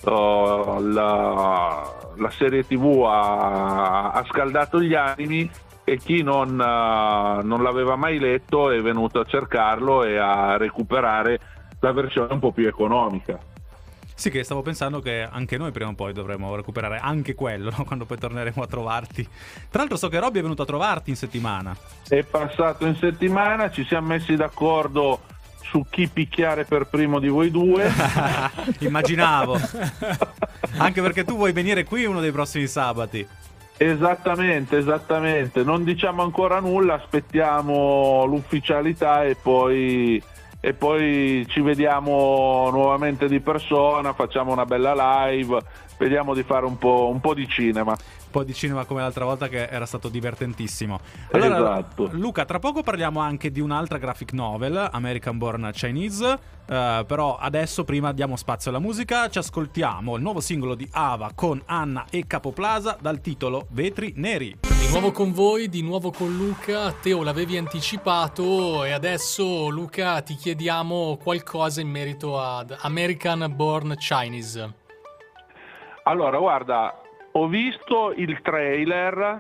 uh, la, la serie tivù ha, ha scaldato gli animi e chi non, uh, non l'aveva mai letto è venuto a cercarlo e a recuperare la versione un po' più economica. Sì, che stavo pensando che anche noi prima o poi dovremmo recuperare anche quello, no? Quando poi torneremo a trovarti. Tra l'altro so che Robby è venuto a trovarti in settimana. È passato in settimana, ci siamo messi d'accordo su chi picchiare per primo di voi due. Immaginavo. Anche perché tu vuoi venire qui uno dei prossimi sabati. Esattamente, esattamente. Non diciamo ancora nulla, aspettiamo l'ufficialità e poi, e poi ci vediamo nuovamente di persona, facciamo una bella live, vediamo di fare un po', un po' di cinema. Un po' di cinema come l'altra volta, che era stato divertentissimo. Allora, esatto. Luca, tra poco parliamo anche di un'altra graphic novel, American Born Chinese, uh, però adesso prima diamo spazio alla musica, ci ascoltiamo il nuovo singolo di Ava con Anna e Capoplaza dal titolo Vetri Neri. Di nuovo con voi, di nuovo con Luca. Teo, l'avevi anticipato e adesso, Luca, ti chiediamo qualcosa in merito ad American Born Chinese. Allora, guarda, ho visto il trailer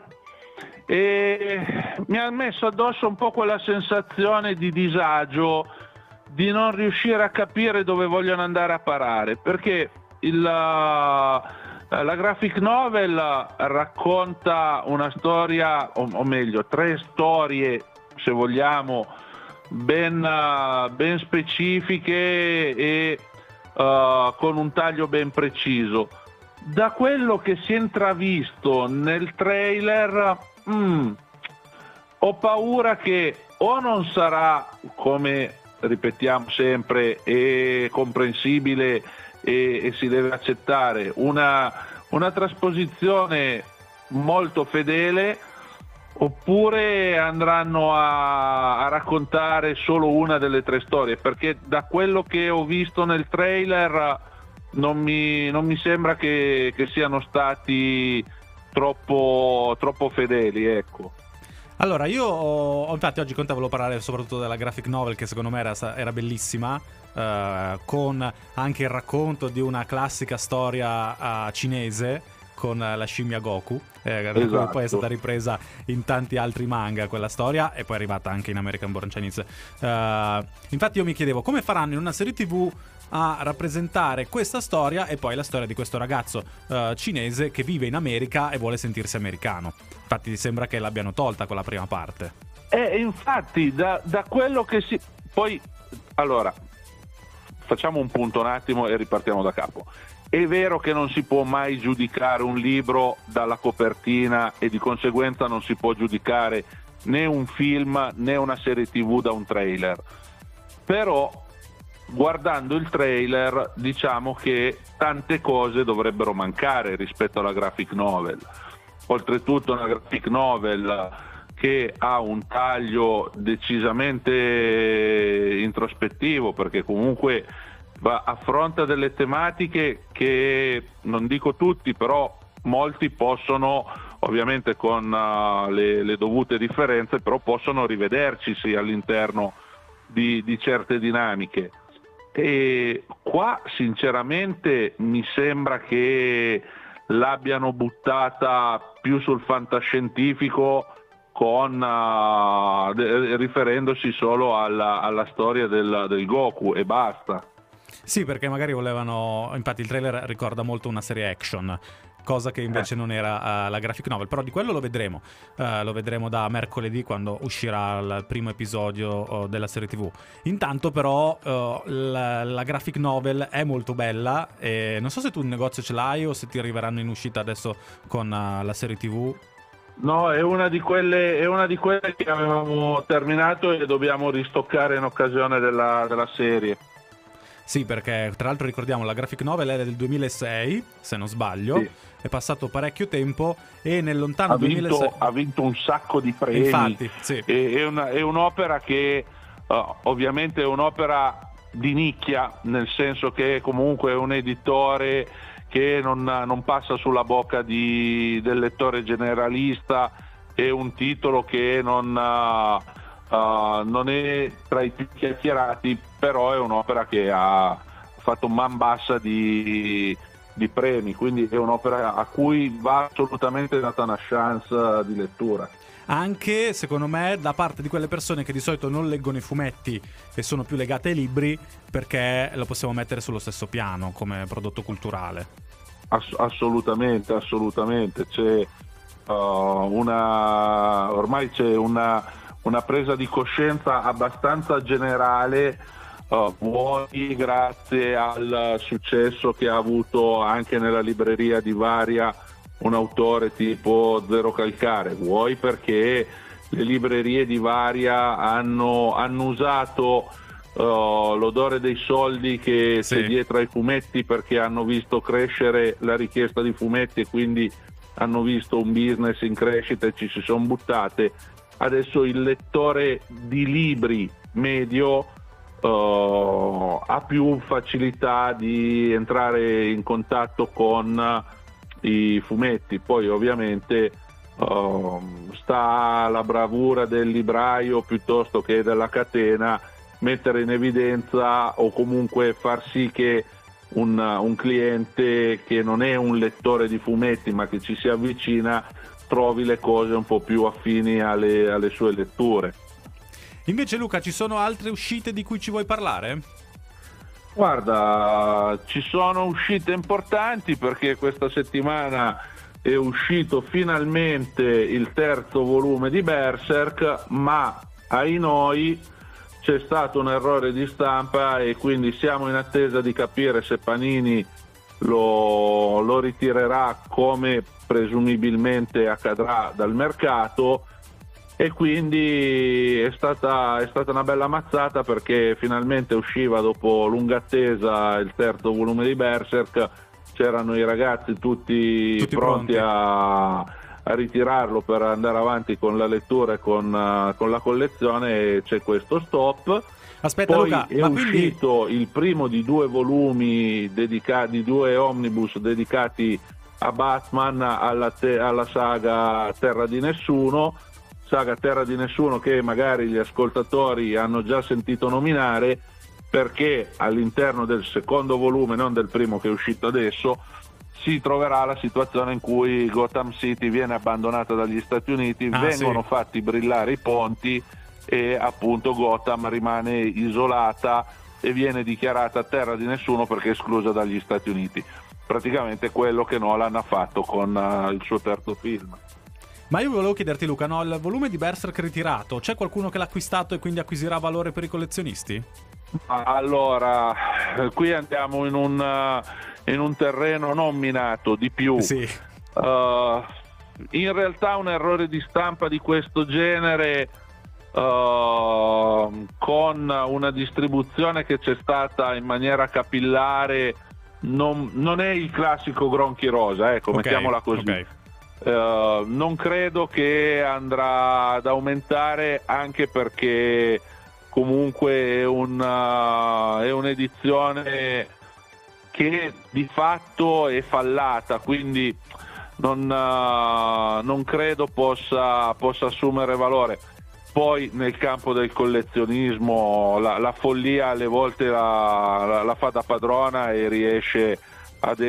e mi ha messo addosso un po' quella sensazione di disagio, di non riuscire a capire dove vogliono andare a parare, perché il, la graphic novel racconta una storia, o, o meglio, tre storie, se vogliamo, ben, ben specifiche e uh, con un taglio ben preciso. Da quello che si è intravisto nel trailer, mm, ho paura che o non sarà, come ripetiamo sempre, è comprensibile e, e si deve accettare, una, una trasposizione molto fedele, oppure andranno a, a raccontare solo una delle tre storie, perché da quello che ho visto nel trailer non mi, non mi sembra che, che siano stati troppo, troppo fedeli, ecco. Allora, io ho, infatti oggi con te volevo parlare soprattutto della graphic novel, che secondo me era, era bellissima, eh, con anche il racconto di una classica storia uh, cinese con la scimmia Goku, eh, esatto. Poi è stata ripresa in tanti altri manga quella storia e poi è arrivata anche in American Born Chinese. Uh, infatti io mi chiedevo come faranno in una serie tv a rappresentare questa storia e poi la storia di questo ragazzo uh, cinese che vive in America e vuole sentirsi americano. Infatti sembra che l'abbiano tolta quella prima parte. Eh, infatti da, da quello che si... Poi, allora, facciamo un punto un attimo e ripartiamo da capo. È vero che non si può mai giudicare un libro dalla copertina e di conseguenza non si può giudicare né un film né una serie tv da un trailer, però guardando il trailer diciamo che tante cose dovrebbero mancare rispetto alla graphic novel. Oltretutto una graphic novel che ha un taglio decisamente introspettivo, perché comunque va, affronta delle tematiche che non dico tutti, però molti possono, ovviamente con uh, le, le dovute differenze, però possono rivedercisi all'interno di, di certe dinamiche. E qua sinceramente mi sembra che l'abbiano buttata più sul fantascientifico, con uh, de- riferendosi solo alla, alla storia del, del Goku e basta. Sì, perché magari volevano, infatti il trailer ricorda molto una serie action, cosa che invece eh. non era uh, la graphic novel, però di quello lo vedremo, uh, lo vedremo da mercoledì quando uscirà il primo episodio uh, della serie tv. Intanto però uh, la, la graphic novel è molto bella e non so se tu in negozio ce l'hai o se ti arriveranno in uscita adesso con uh, la serie tv. No, è una di quelle, è una di quelle che avevamo terminato e dobbiamo ristoccare in occasione della, della serie. Sì, perché tra l'altro ricordiamo la graphic novel è del duemilasei, se non sbaglio, sì. È passato parecchio tempo e nel lontano ha vinto, duemilasei... ha vinto un sacco di premi. Infatti, sì. È, è, una, è un'opera che uh, ovviamente è un'opera di nicchia, nel senso che comunque è un editore che non, non passa sulla bocca di, del lettore generalista, è un titolo che non, uh, uh, non è tra i più chiacchierati, però è un'opera che ha fatto man bassa di, di premi, quindi è un'opera a cui va assolutamente data una chance di lettura. Anche secondo me da parte di quelle persone che di solito non leggono i fumetti e sono più legate ai libri, perché lo possiamo mettere sullo stesso piano come prodotto culturale. Ass- assolutamente, assolutamente. C'è uh, una ormai c'è una, una presa di coscienza abbastanza generale uh, vuoi grazie al successo che ha avuto anche nella libreria di Varia un autore tipo Zero Calcare, vuoi perché le librerie di Varia hanno, hanno usato uh, l'odore dei soldi che Sì. c'è dietro ai fumetti, perché hanno visto crescere la richiesta di fumetti e quindi hanno visto un business in crescita e ci si sono buttate. Adesso il lettore di libri medio uh, ha più facilità di entrare in contatto con i fumetti. Poi ovviamente uh, sta alla bravura del libraio piuttosto che della catena mettere in evidenza o comunque far sì che un, un cliente che non è un lettore di fumetti ma che ci si avvicina trovi le cose un po' più affini alle, alle sue letture. Invece Luca, ci sono altre uscite di cui ci vuoi parlare? Guarda, ci sono uscite importanti perché questa settimana è uscito finalmente il terzo volume di Berserk, ma ai noi c'è stato un errore di stampa e quindi siamo in attesa di capire se Panini lo, lo ritirerà, come presumibilmente accadrà, dal mercato. E quindi è stata, è stata una bella mazzata, perché finalmente usciva dopo lunga attesa il terzo volume di Berserk, c'erano i ragazzi tutti, Tutti pronti, pronti. A, a ritirarlo per andare avanti con la lettura e con, uh, con la collezione, e c'è questo stop. Aspetta Poi Luca, è ma quindi uscito il primo di due volumi dedicati, di due omnibus dedicati a Batman, alla, te, alla saga Terra di Nessuno, saga Terra di Nessuno che magari gli ascoltatori hanno già sentito nominare, perché all'interno del secondo volume, non del primo che è uscito adesso, si troverà la situazione in cui Gotham City viene abbandonata dagli Stati Uniti, Ah, vengono sì. fatti brillare i ponti e appunto Gotham rimane isolata e viene dichiarata Terra di Nessuno perché è esclusa dagli Stati Uniti. Praticamente quello che Nolan ha fatto con uh, il suo terzo film. Ma io volevo chiederti Luca, no, il volume di Berserk ritirato, c'è qualcuno che l'ha acquistato e quindi acquisirà valore per i collezionisti? Allora, qui andiamo in un, uh, in un terreno non minato, di più. Sì. Uh, in realtà un errore di stampa di questo genere, uh, con una distribuzione che c'è stata in maniera capillare, non, non è il classico gronchi rosa, ecco, Ok, mettiamola così. ok. Uh, non credo che andrà ad aumentare, anche perché comunque è, una, è un'edizione che di fatto è fallata, quindi non, uh, non credo possa, possa assumere valore. Poi nel campo del collezionismo la, la follia alle volte la, la, la fa da padrona e riesce ad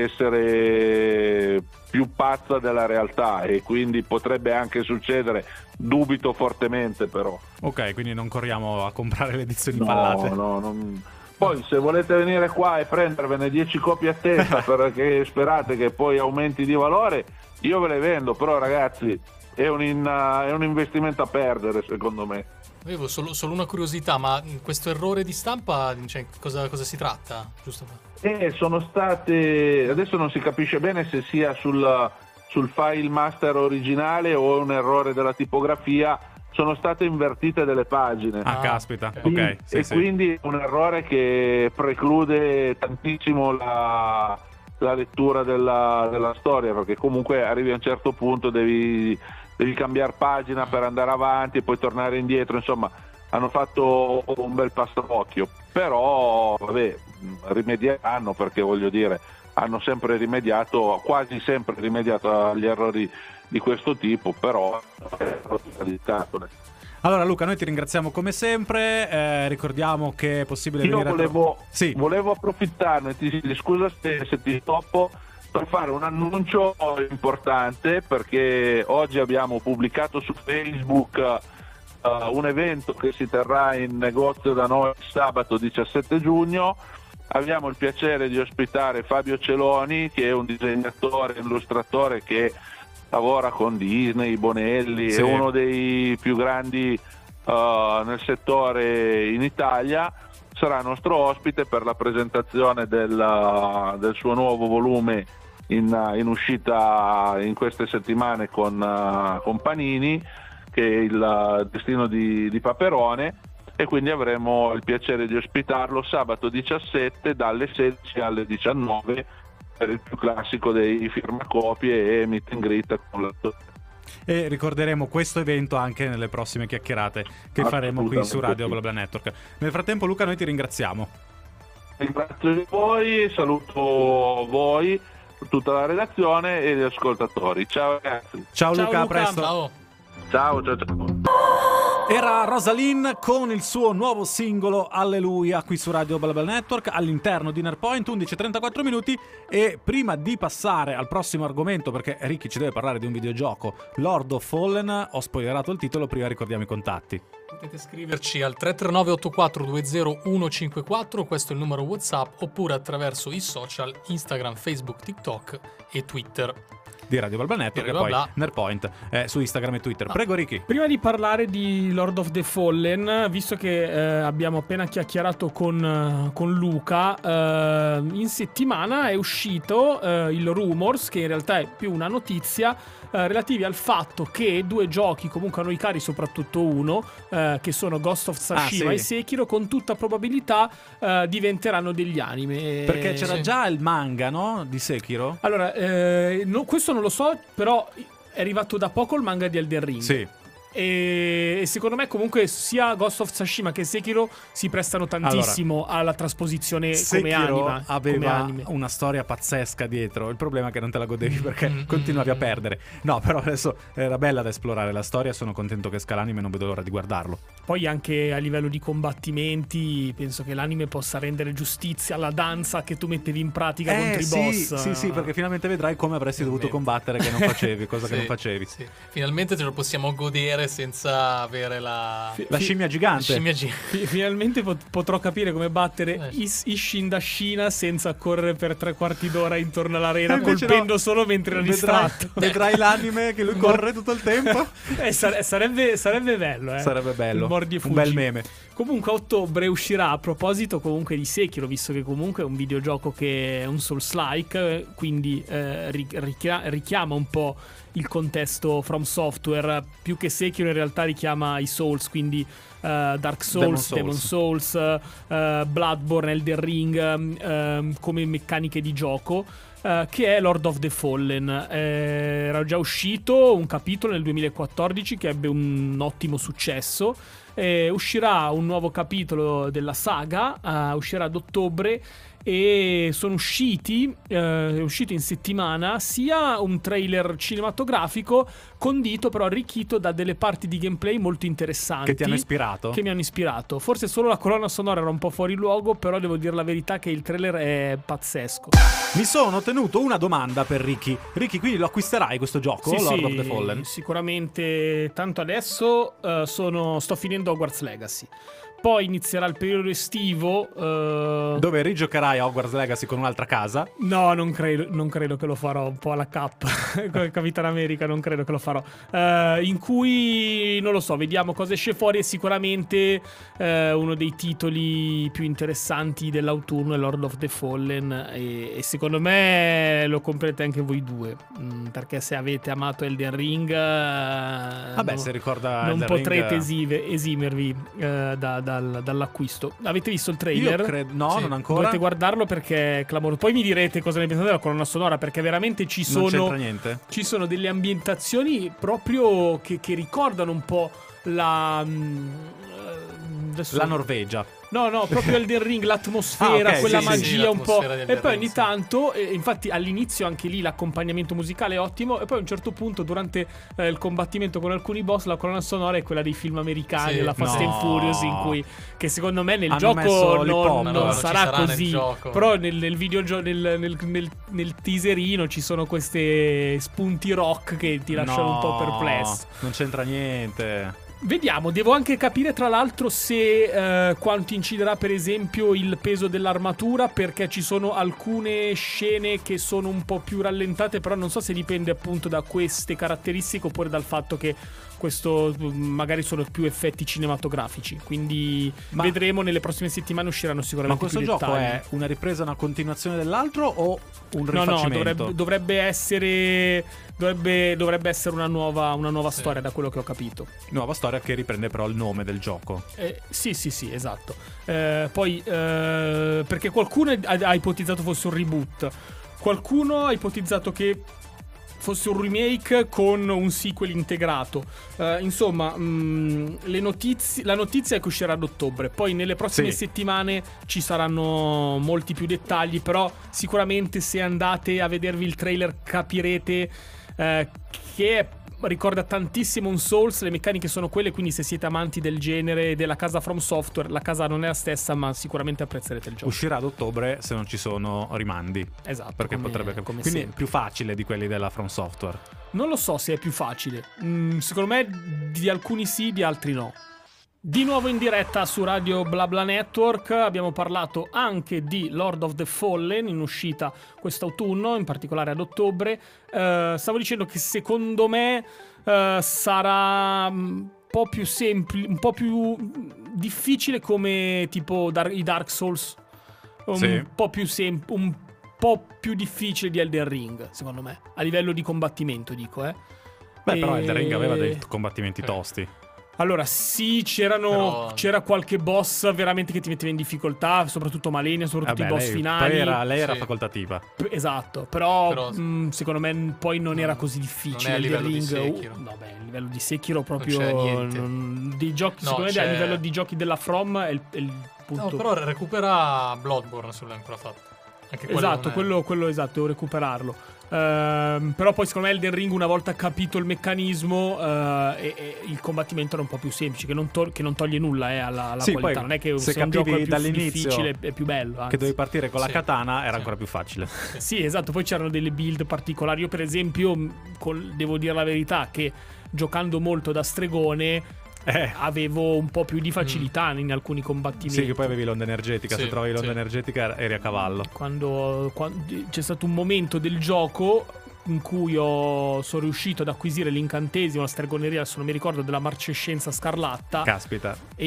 essere più pazza della realtà, e quindi potrebbe anche succedere, dubito fortemente però. Ok, quindi non corriamo a comprare le edizioni No, ballate. no, non... Poi se volete venire qua e prendervene dieci copie a testa perché sperate che poi aumenti di valore, io ve le vendo, però ragazzi è un, in, è un investimento a perdere, secondo me. Avevo solo, solo una curiosità, ma questo errore di stampa, cioè, cosa, cosa si tratta? Giusto? E sono state, adesso non si capisce bene se sia sul, sul file master originale o un errore della tipografia, sono state invertite delle pagine. Ah, Ah, caspita, ok. ok, sì, e sì. quindi è un errore che preclude tantissimo la, la lettura della, della storia, perché comunque arrivi a un certo punto, devi, devi cambiare pagina per andare avanti e poi tornare indietro, insomma hanno fatto un bel passavocchio, però vabbè, rimedieranno, perché voglio dire, hanno sempre rimediato, quasi sempre rimediato agli errori di questo tipo, però di scatole. Allora Luca, noi ti ringraziamo come sempre, eh, ricordiamo che è possibile Io venire a tro- volevo, Sì. volevo approfittarne, ti, scusa se, se ti stoppo, per fare un annuncio importante, perché oggi abbiamo pubblicato su Facebook uh, un evento che si terrà in negozio da noi sabato diciassette giugno. Abbiamo il piacere di ospitare Fabio Celoni, che è un disegnatore e illustratore che lavora con Disney, Bonelli, Sì. è uno dei più grandi uh, nel settore in Italia. sarà nostro ospite per la presentazione del, del suo nuovo volume in, in uscita in queste settimane con, uh, con Panini, che è il destino di, di Paperone, e quindi avremo il piacere di ospitarlo sabato diciassette dalle sedici alle diciannove per il più classico dei firmacopie e meet and greet con l'attore. E ricorderemo questo evento anche nelle prossime chiacchierate che faremo qui su Radio sì. BlaBla Network. Nel frattempo, Luca, noi ti ringraziamo. Ringrazio voi, saluto voi, tutta la redazione e gli ascoltatori. Ciao ragazzi. Ciao, Ciao Luca, a Luca, presto. Ciao. Ciao, ciao, ciao. Era Rosalind con il suo nuovo singolo Alleluia qui su Radio BlaBla Network all'interno di Nerpoint, undici e trentaquattro minuti. E prima di passare al prossimo argomento, perché Ricky ci deve parlare di un videogioco, Lord of Fallen, ho spoilerato il titolo, prima ricordiamo i contatti. Potete scriverci al tre tre nove otto quattro due zero uno cinque quattro, questo è il numero WhatsApp, oppure attraverso i social Instagram, Facebook, TikTok e Twitter di Radio BlaBla Network di e Radio poi BlaBla. Nerpoint eh, su Instagram e Twitter. Prego, Ricky. Prima di parlare di Lord of the Fallen, visto che eh, abbiamo appena chiacchierato con, eh, con Luca, eh, in settimana è uscito eh, il rumors, che in realtà è più una notizia, eh, relativi al fatto che due giochi, comunque a noi cari, soprattutto uno, eh, che sono Ghost of Tsushima Ah, sì. e Sekiro, con tutta probabilità eh, diventeranno degli anime. Perché c'era sì. già il manga, no? Di Sekiro? Allora, eh, no, questo non lo so, però è arrivato da poco il manga di Elden Ring. Sì. E, e secondo me comunque sia Ghost of Tsushima che Sekiro si prestano tantissimo alla trasposizione come Sekiro anima, aveva come anime. una storia pazzesca dietro. Il problema è che non te la godevi perché Mm, continuavi mm, a perdere. No, però adesso era bella da esplorare la storia. Sono contento che esca l'anime, non vedo l'ora di guardarlo. Poi anche a livello di combattimenti penso che l'anime possa rendere giustizia alla danza che tu mettevi in pratica contro i Eh, sì, boss. sì, sì, perché finalmente vedrai come avresti dovuto Finalmente. combattere che non facevi, cosa che Sì, non facevi. sì. Finalmente ce lo possiamo godere senza avere la, Fi- La scimmia la gigante. scimmia gi- Fi- Finalmente pot- potrò capire come battere Eh. Is- Ishin Dashina senza correre per tre quarti d'ora intorno all'arena, E invece colpendo no. solo mentre era Vedrai, distratto. vedrai l'anime che lui corre tutto il tempo. Eh, sare- sarebbe, sarebbe bello, eh. Sarebbe bello. Il mordi e Un fuggi. bel meme. Comunque a ottobre uscirà, a proposito comunque di Sekiro, visto che comunque è un videogioco che è un Souls-like, eh, quindi eh, ri- richia- richiama un po' il contesto From Software, più che Sekiro in realtà richiama i Souls, quindi eh, Dark Souls, Demon Demon Souls. Souls, eh, Bloodborne, Elden Ring, eh, come meccaniche di gioco. Uh, che è Lord of the Fallen. Eh, era già uscito un capitolo nel duemilaquattordici che ebbe un ottimo successo. Eh, uscirà un nuovo capitolo della saga, uh, uscirà ad ottobre, e sono usciti eh, è uscito in settimana sia un trailer cinematografico condito però arricchito da delle parti di gameplay molto interessanti Che ti hanno ispirato? che mi hanno ispirato. Forse solo la colonna sonora era un po' fuori luogo, però devo dire la verità che il trailer è pazzesco. Mi sono tenuto una domanda per Ricky. Ricky, quindi lo acquisterai questo gioco, Sì, Lord sì, of the Fallen? sicuramente. Tanto adesso eh, sono, sto finendo Hogwarts Legacy. Poi inizierà il periodo estivo. eh, Dove rigiocherai a Hogwarts Legacy con un'altra casa? No, non credo, non credo che lo farò. Un po' alla K con Capitan America, non credo che lo farò. Eh, in cui non lo so, vediamo cosa esce fuori. E sicuramente eh, uno dei titoli più interessanti dell'autunno è Lord of the Fallen. E, e secondo me lo comprete anche voi due. Mm, perché se avete amato Elden Ring, eh, Vabbè, no- se ricorda non Elden potrete Ring- esive- esimervi eh, da- dal- dall'acquisto. Avete visto il trailer? Io credo... No, Sì. non ancora. Dovete guardarlo perché è clamoroso. Poi mi direte cosa ne pensate della colonna sonora, perché veramente ci Non sono, c'entra niente. ci sono delle ambientazioni proprio che, che ricordano un po' la... mm, eh, adesso- La Norvegia. No, no, proprio Elden Ring, l'atmosfera, Ah, ok, quella sì, sì, magia sì, un po'. l'atmosfera di E Elden poi Ring, ogni sì. tanto, eh, infatti all'inizio anche lì l'accompagnamento musicale è ottimo. E poi a un certo punto, durante eh, il combattimento con alcuni boss, la colonna sonora è quella dei film americani, Sì. della Fast No. and Furious, in cui, che secondo me nel Hanno messo gioco l'hip hop. non, No, non non ci sarà sarà nel così. gioco. Però nel, nel videogioco, nel, nel, nel, nel teaserino ci sono queste spunti rock che ti lasciano un po' No, perplesso. Non c'entra niente. Vediamo, devo anche capire tra l'altro se eh, quanto inciderà per esempio il peso dell'armatura, perché ci sono alcune scene che sono un po' più rallentate, però non so se dipende appunto da queste caratteristiche oppure dal fatto che questo magari sono più effetti cinematografici, quindi Ma- vedremo, nelle prossime settimane usciranno Ma sicuramente questo più gioco dettagli. è una ripresa, una continuazione dell'altro o un No, rifacimento? no, dovrebbe, dovrebbe essere dovrebbe, dovrebbe essere una nuova, una nuova Sì. storia, da quello che ho capito. Nuova storia che riprende però il nome del gioco. Eh, sì, sì, sì, esatto. Eh, poi, eh, perché qualcuno ha, ha ipotizzato fosse un reboot, qualcuno ha ipotizzato che fosse un remake con un sequel integrato. Eh, insomma, mh, le notizie, la notizia è che uscirà ad ottobre. Poi nelle prossime Sì. settimane ci saranno molti più dettagli. Però sicuramente se andate a vedervi il trailer capirete eh, che è ricorda tantissimo un Souls, le meccaniche sono quelle, quindi se siete amanti del genere e della casa From Software, la casa non è la stessa, ma sicuramente apprezzerete il gioco. Uscirà ad ottobre se non ci sono rimandi. Esatto, Perché come- potrebbe cap- come Quindi è sempre. più facile di quelli della From Software. Non lo so se è più facile. Mm, secondo me di alcuni sì, di altri no. Di nuovo in diretta su Radio BlaBla Network abbiamo parlato anche di Lord of the Fallen, in uscita quest'autunno, in particolare ad ottobre. Eh, stavo dicendo che secondo me eh, sarà un po' più semplice, un po' più difficile come tipo Dar- i Dark Souls, un Sì. po' più sem- un po' più difficile di Elden Ring, secondo me, a livello di combattimento, dico, eh. Beh, però E- Elden Ring aveva dei combattimenti Eh. tosti. Allora, sì, c'erano Però- c'era qualche boss veramente che ti metteva in difficoltà, soprattutto Malenia, soprattutto Vabbè, i boss lei, finali. poi era, lei era Sì. facoltativa. P- Esatto, però, Però- mh, secondo me n- poi non era così difficile. non è a Elden livello di Ring, Sekiro. uh, no, beh, a livello di Sekiro proprio c'è niente. non- dei giochi, No, secondo me a c'è- livello di giochi della From è il, è il punto. No, però recupera Bloodborne se non l'hai ancora fatto. Anche quello Esatto, non è- quello, quello esatto, devo recuperarlo. Ehm, però poi secondo me Elden Ring, una volta capito il meccanismo, eh, e, e il combattimento era un po' più semplice, che non, to- che non toglie nulla eh, alla, alla Sì, qualità. poi Non è che se se un gioco è capivi più dall'inizio difficile è più bello, anzi. Che dovevi partire con la Sì. katana, era Sì. ancora più facile. Sì, esatto, poi c'erano delle build particolari. Io per esempio, mh, col- devo dire la verità, che giocando molto da stregone Eh. avevo un po' più di facilità in alcuni combattimenti. Sì, che poi avevi l'onda energetica. Sì, Se trovavi l'onda sì. energetica eri a cavallo. Quando, quando c'è stato un momento del gioco in cui ho, sono riuscito ad acquisire l'incantesimo, la stregoneria, adesso non mi ricordo, della marcescenza scarlatta, Caspita. e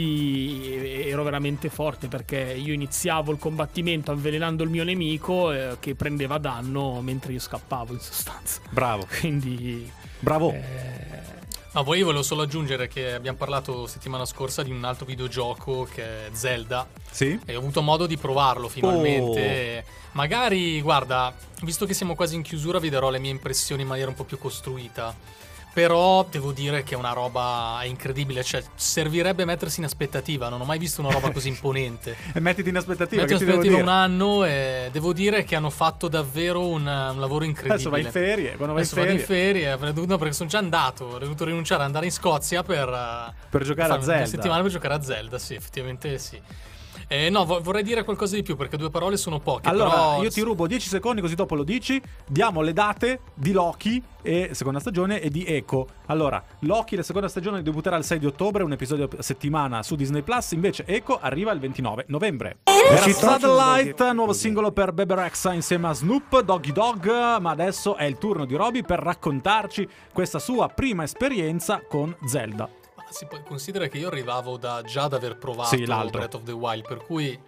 lì ero veramente forte, perché io iniziavo il combattimento avvelenando il mio nemico, eh, che prendeva danno mentre io scappavo, in sostanza. Bravo. Quindi Bravo. eh, No, poi io volevo solo aggiungere che abbiamo parlato settimana scorsa di un altro videogioco che è Zelda. Sì? E ho avuto modo di provarlo finalmente. Oh. E magari, guarda, visto che siamo quasi in chiusura, vi darò le mie impressioni in maniera un po' più costruita. Però devo dire che è una roba incredibile. Cioè, servirebbe mettersi in aspettativa. Non ho mai visto una roba così imponente. E mettiti in aspettativa. Metto in che ti devo aspettativa dire? un anno e devo dire che hanno fatto davvero un, un lavoro incredibile. Adesso vai in ferie. Quando vai in Adesso vado in ferie. ferie, avrei dovuto- no, perché sono già andato. Avrei dovuto rinunciare ad andare in Scozia per, eh, Per giocare a farmi una Zelda. settimana per giocare a Zelda, sì, effettivamente sì. Eh, no, vo- vorrei dire qualcosa di più perché due parole sono poche. Allora, però- io ti rubo dieci secondi così dopo lo dici. Diamo le date di Loki e seconda stagione e di Echo. Allora, Loki la seconda stagione debutterà il sei di ottobre, un episodio a settimana su Disney Plus, invece Echo arriva il ventinove novembre. Era Satellite, nuovo singolo per Bebe Rexha insieme a Snoop Doggy Dogg, ma adesso è il turno di Roby per raccontarci questa sua prima esperienza con Zelda. Ma si può considerare che io arrivavo da già ad aver provato Sì, l'altro. Breath of the Wild, per cui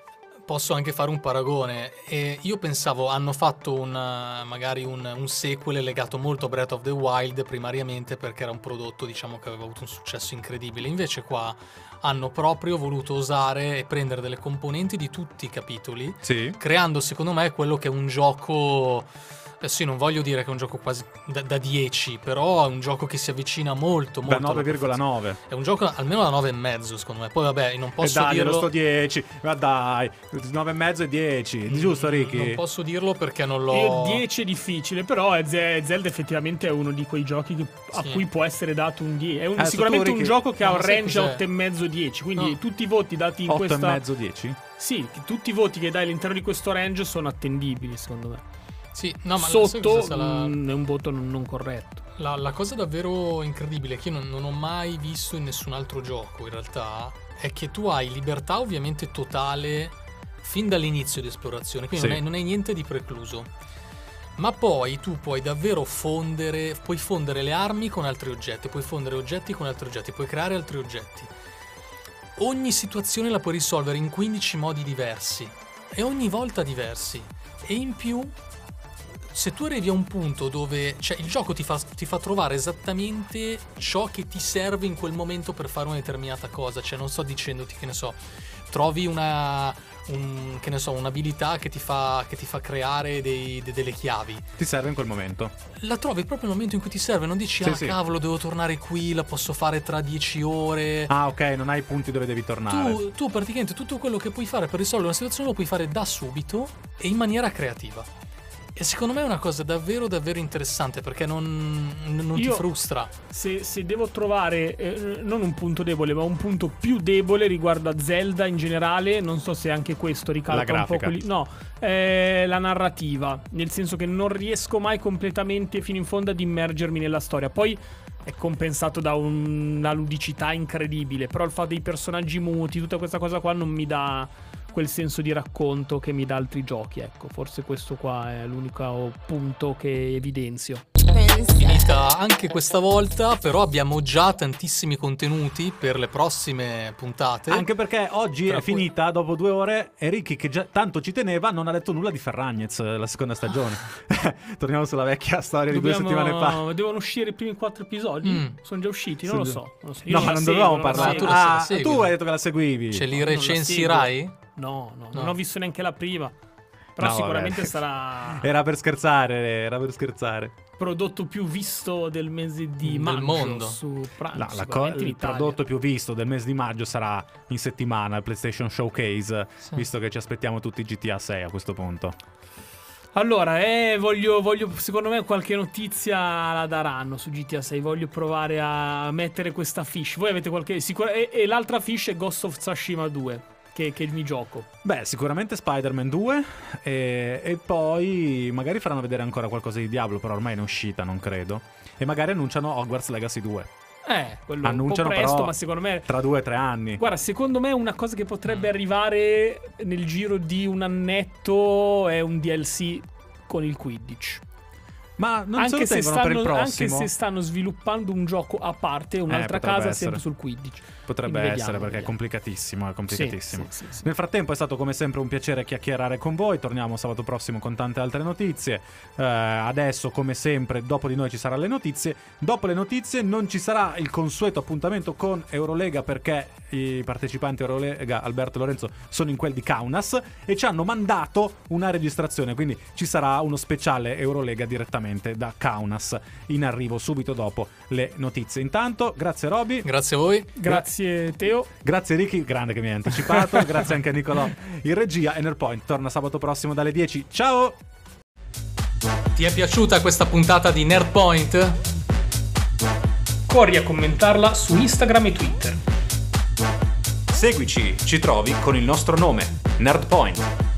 posso anche fare un paragone. E io pensavo hanno fatto un, magari un, un sequel legato molto a Breath of the Wild primariamente perché era un prodotto, diciamo, che aveva avuto un successo incredibile. Invece qua hanno proprio voluto osare e prendere delle componenti di tutti i capitoli, Sì. creando secondo me quello che è un gioco. Adesso io non voglio dire che è un gioco quasi da, da dieci, però è un gioco che si avvicina molto, molto Da alla nove virgola perfezione. nove. È un gioco almeno da nove e mezzo secondo me. Poi vabbè, non E posso dai, lo dirlo. sto dieci. Ma dai, nove e mezzo e dieci. Giusto, Ricky? Non posso dirlo perché non l'ho. io dieci è difficile, però è Ze- Zelda effettivamente è uno di quei giochi che- a Sì. cui può essere dato un dieci. È un- Adesso sicuramente tu, un Ricky, gioco che ha no, un sai range a cos'è? otto e mezzo dieci, quindi No. tutti i voti dati in otto questa e mezzo, dieci? Sì, tutti i voti che dai all'interno di questo range sono attendibili, secondo me. Sì, no, ma sai Sotto cosa sta la... mm, è un voto non, non corretto. La, la cosa davvero incredibile che io non, non ho mai visto in nessun altro gioco in realtà è che tu hai libertà ovviamente totale fin dall'inizio di esplorazione, quindi Sì. non, hai, non hai niente di precluso. ma poi tu puoi davvero fondere, puoi fondere le armi con altri oggetti, puoi fondere oggetti con altri oggetti, puoi creare altri oggetti. Ogni situazione la puoi risolvere in quindici modi diversi e ogni volta diversi. E in più, se tu arrivi a un punto dove, cioè, il gioco ti fa, ti fa trovare esattamente ciò che ti serve in quel momento per fare una determinata cosa, cioè non sto dicendoti, che ne so, trovi una un, che ne so, un'abilità che ti fa che ti fa creare dei, de, delle chiavi. Ti serve in quel momento. La trovi proprio nel momento in cui ti serve, non dici Sì, ah sì. cavolo, devo tornare qui, la posso fare tra dieci ore. Ah, ok, non hai punti dove devi tornare. Tu, tu praticamente tutto quello che puoi fare per risolvere una situazione lo puoi fare da subito e in maniera creativa. E secondo me è una cosa davvero davvero interessante, perché non, non ti Io- frustra. Se, se devo trovare eh, non un punto debole, ma un punto più debole riguardo a Zelda in generale, non so se anche questo ricalca La un po' grafica. quelli. No, è la narrativa. Nel senso che non riesco mai completamente fino in fondo ad immergermi nella storia. Poi è compensato da un- una ludicità incredibile. Però il fatto dei personaggi muti, tutta questa cosa qua non mi dà quel senso di racconto che mi dà altri giochi. Ecco, forse questo qua è l'unico punto che evidenzio. Finita anche questa volta, però abbiamo già tantissimi contenuti per le prossime puntate. Anche perché oggi Tra è cui- finita dopo due ore e Ricky, che già tanto ci teneva, non ha detto nulla di Ferragnez, eh, la seconda stagione. Torniamo sulla vecchia storia di due Dobbiamo- settimane fa. Devono uscire i primi quattro episodi? Mm. Sono già usciti? Non Sono lo già- so. Non lo so. Io No, ma la non seguo, dovevamo non la parlare. tu seguo. la Ah, segui. tu hai detto che la seguivi. Ce li non la recensirai? No, no, No. non ho visto neanche la prima. Però No, sicuramente vabbè. sarà Era per scherzare, era per scherzare. il prodotto più visto del mese di Del maggio mondo. su Prime. La- la co- sicuramente in il Italia. prodotto più visto del mese di maggio sarà in settimana, il PlayStation Showcase, Sì. visto che ci aspettiamo tutti G T A sei a questo punto. Allora, eh, voglio, voglio, secondo me qualche notizia la daranno su G T A sei. Voglio provare a mettere questa fish. Voi avete qualche sicura- e, e l'altra fish è Ghost of Tsushima due, che, che mi gioco. Beh, sicuramente Spider-Man due e, e poi magari faranno vedere ancora qualcosa di Diablo, però ormai è in uscita, non credo. E magari annunciano Hogwarts Legacy due. Eh, quello Annunciano un po' presto, però ma secondo me tra due o tre anni. Guarda, secondo me una cosa che potrebbe arrivare nel giro di un annetto è un D L C con il Quidditch. Ma non se Anche lo se, tengono per stanno, il anche prossimo. se stanno sviluppando un gioco a parte, un'altra Eh, potrebbe casa essere. sempre sul Quidditch. Potrebbe Quindi essere, vediamo, perché è vediamo. complicatissimo, è complicatissimo. Sì, sì, sì, sì. Nel frattempo è stato come sempre un piacere chiacchierare con voi. Torniamo sabato prossimo con tante altre notizie. Eh, adesso, come sempre, dopo di noi ci saranno le notizie. Dopo le notizie non ci sarà il consueto appuntamento con Eurolega, perché i partecipanti Eurolega, Alberto e Lorenzo, sono in quel di Kaunas e ci hanno mandato una registrazione. Quindi ci sarà uno speciale Eurolega direttamente da Kaunas in arrivo subito dopo le notizie. Intanto, grazie Roby. Grazie a voi. Grazie Teo. Grazie Ricky, grande che mi hai anticipato. Grazie anche a Nicolò in regia. E Nerdpoint torna sabato prossimo dalle dieci. Ciao! Ti è piaciuta questa puntata di Nerdpoint? Corri a commentarla su Instagram e Twitter. Seguici, ci trovi con il nostro nome, Nerdpoint.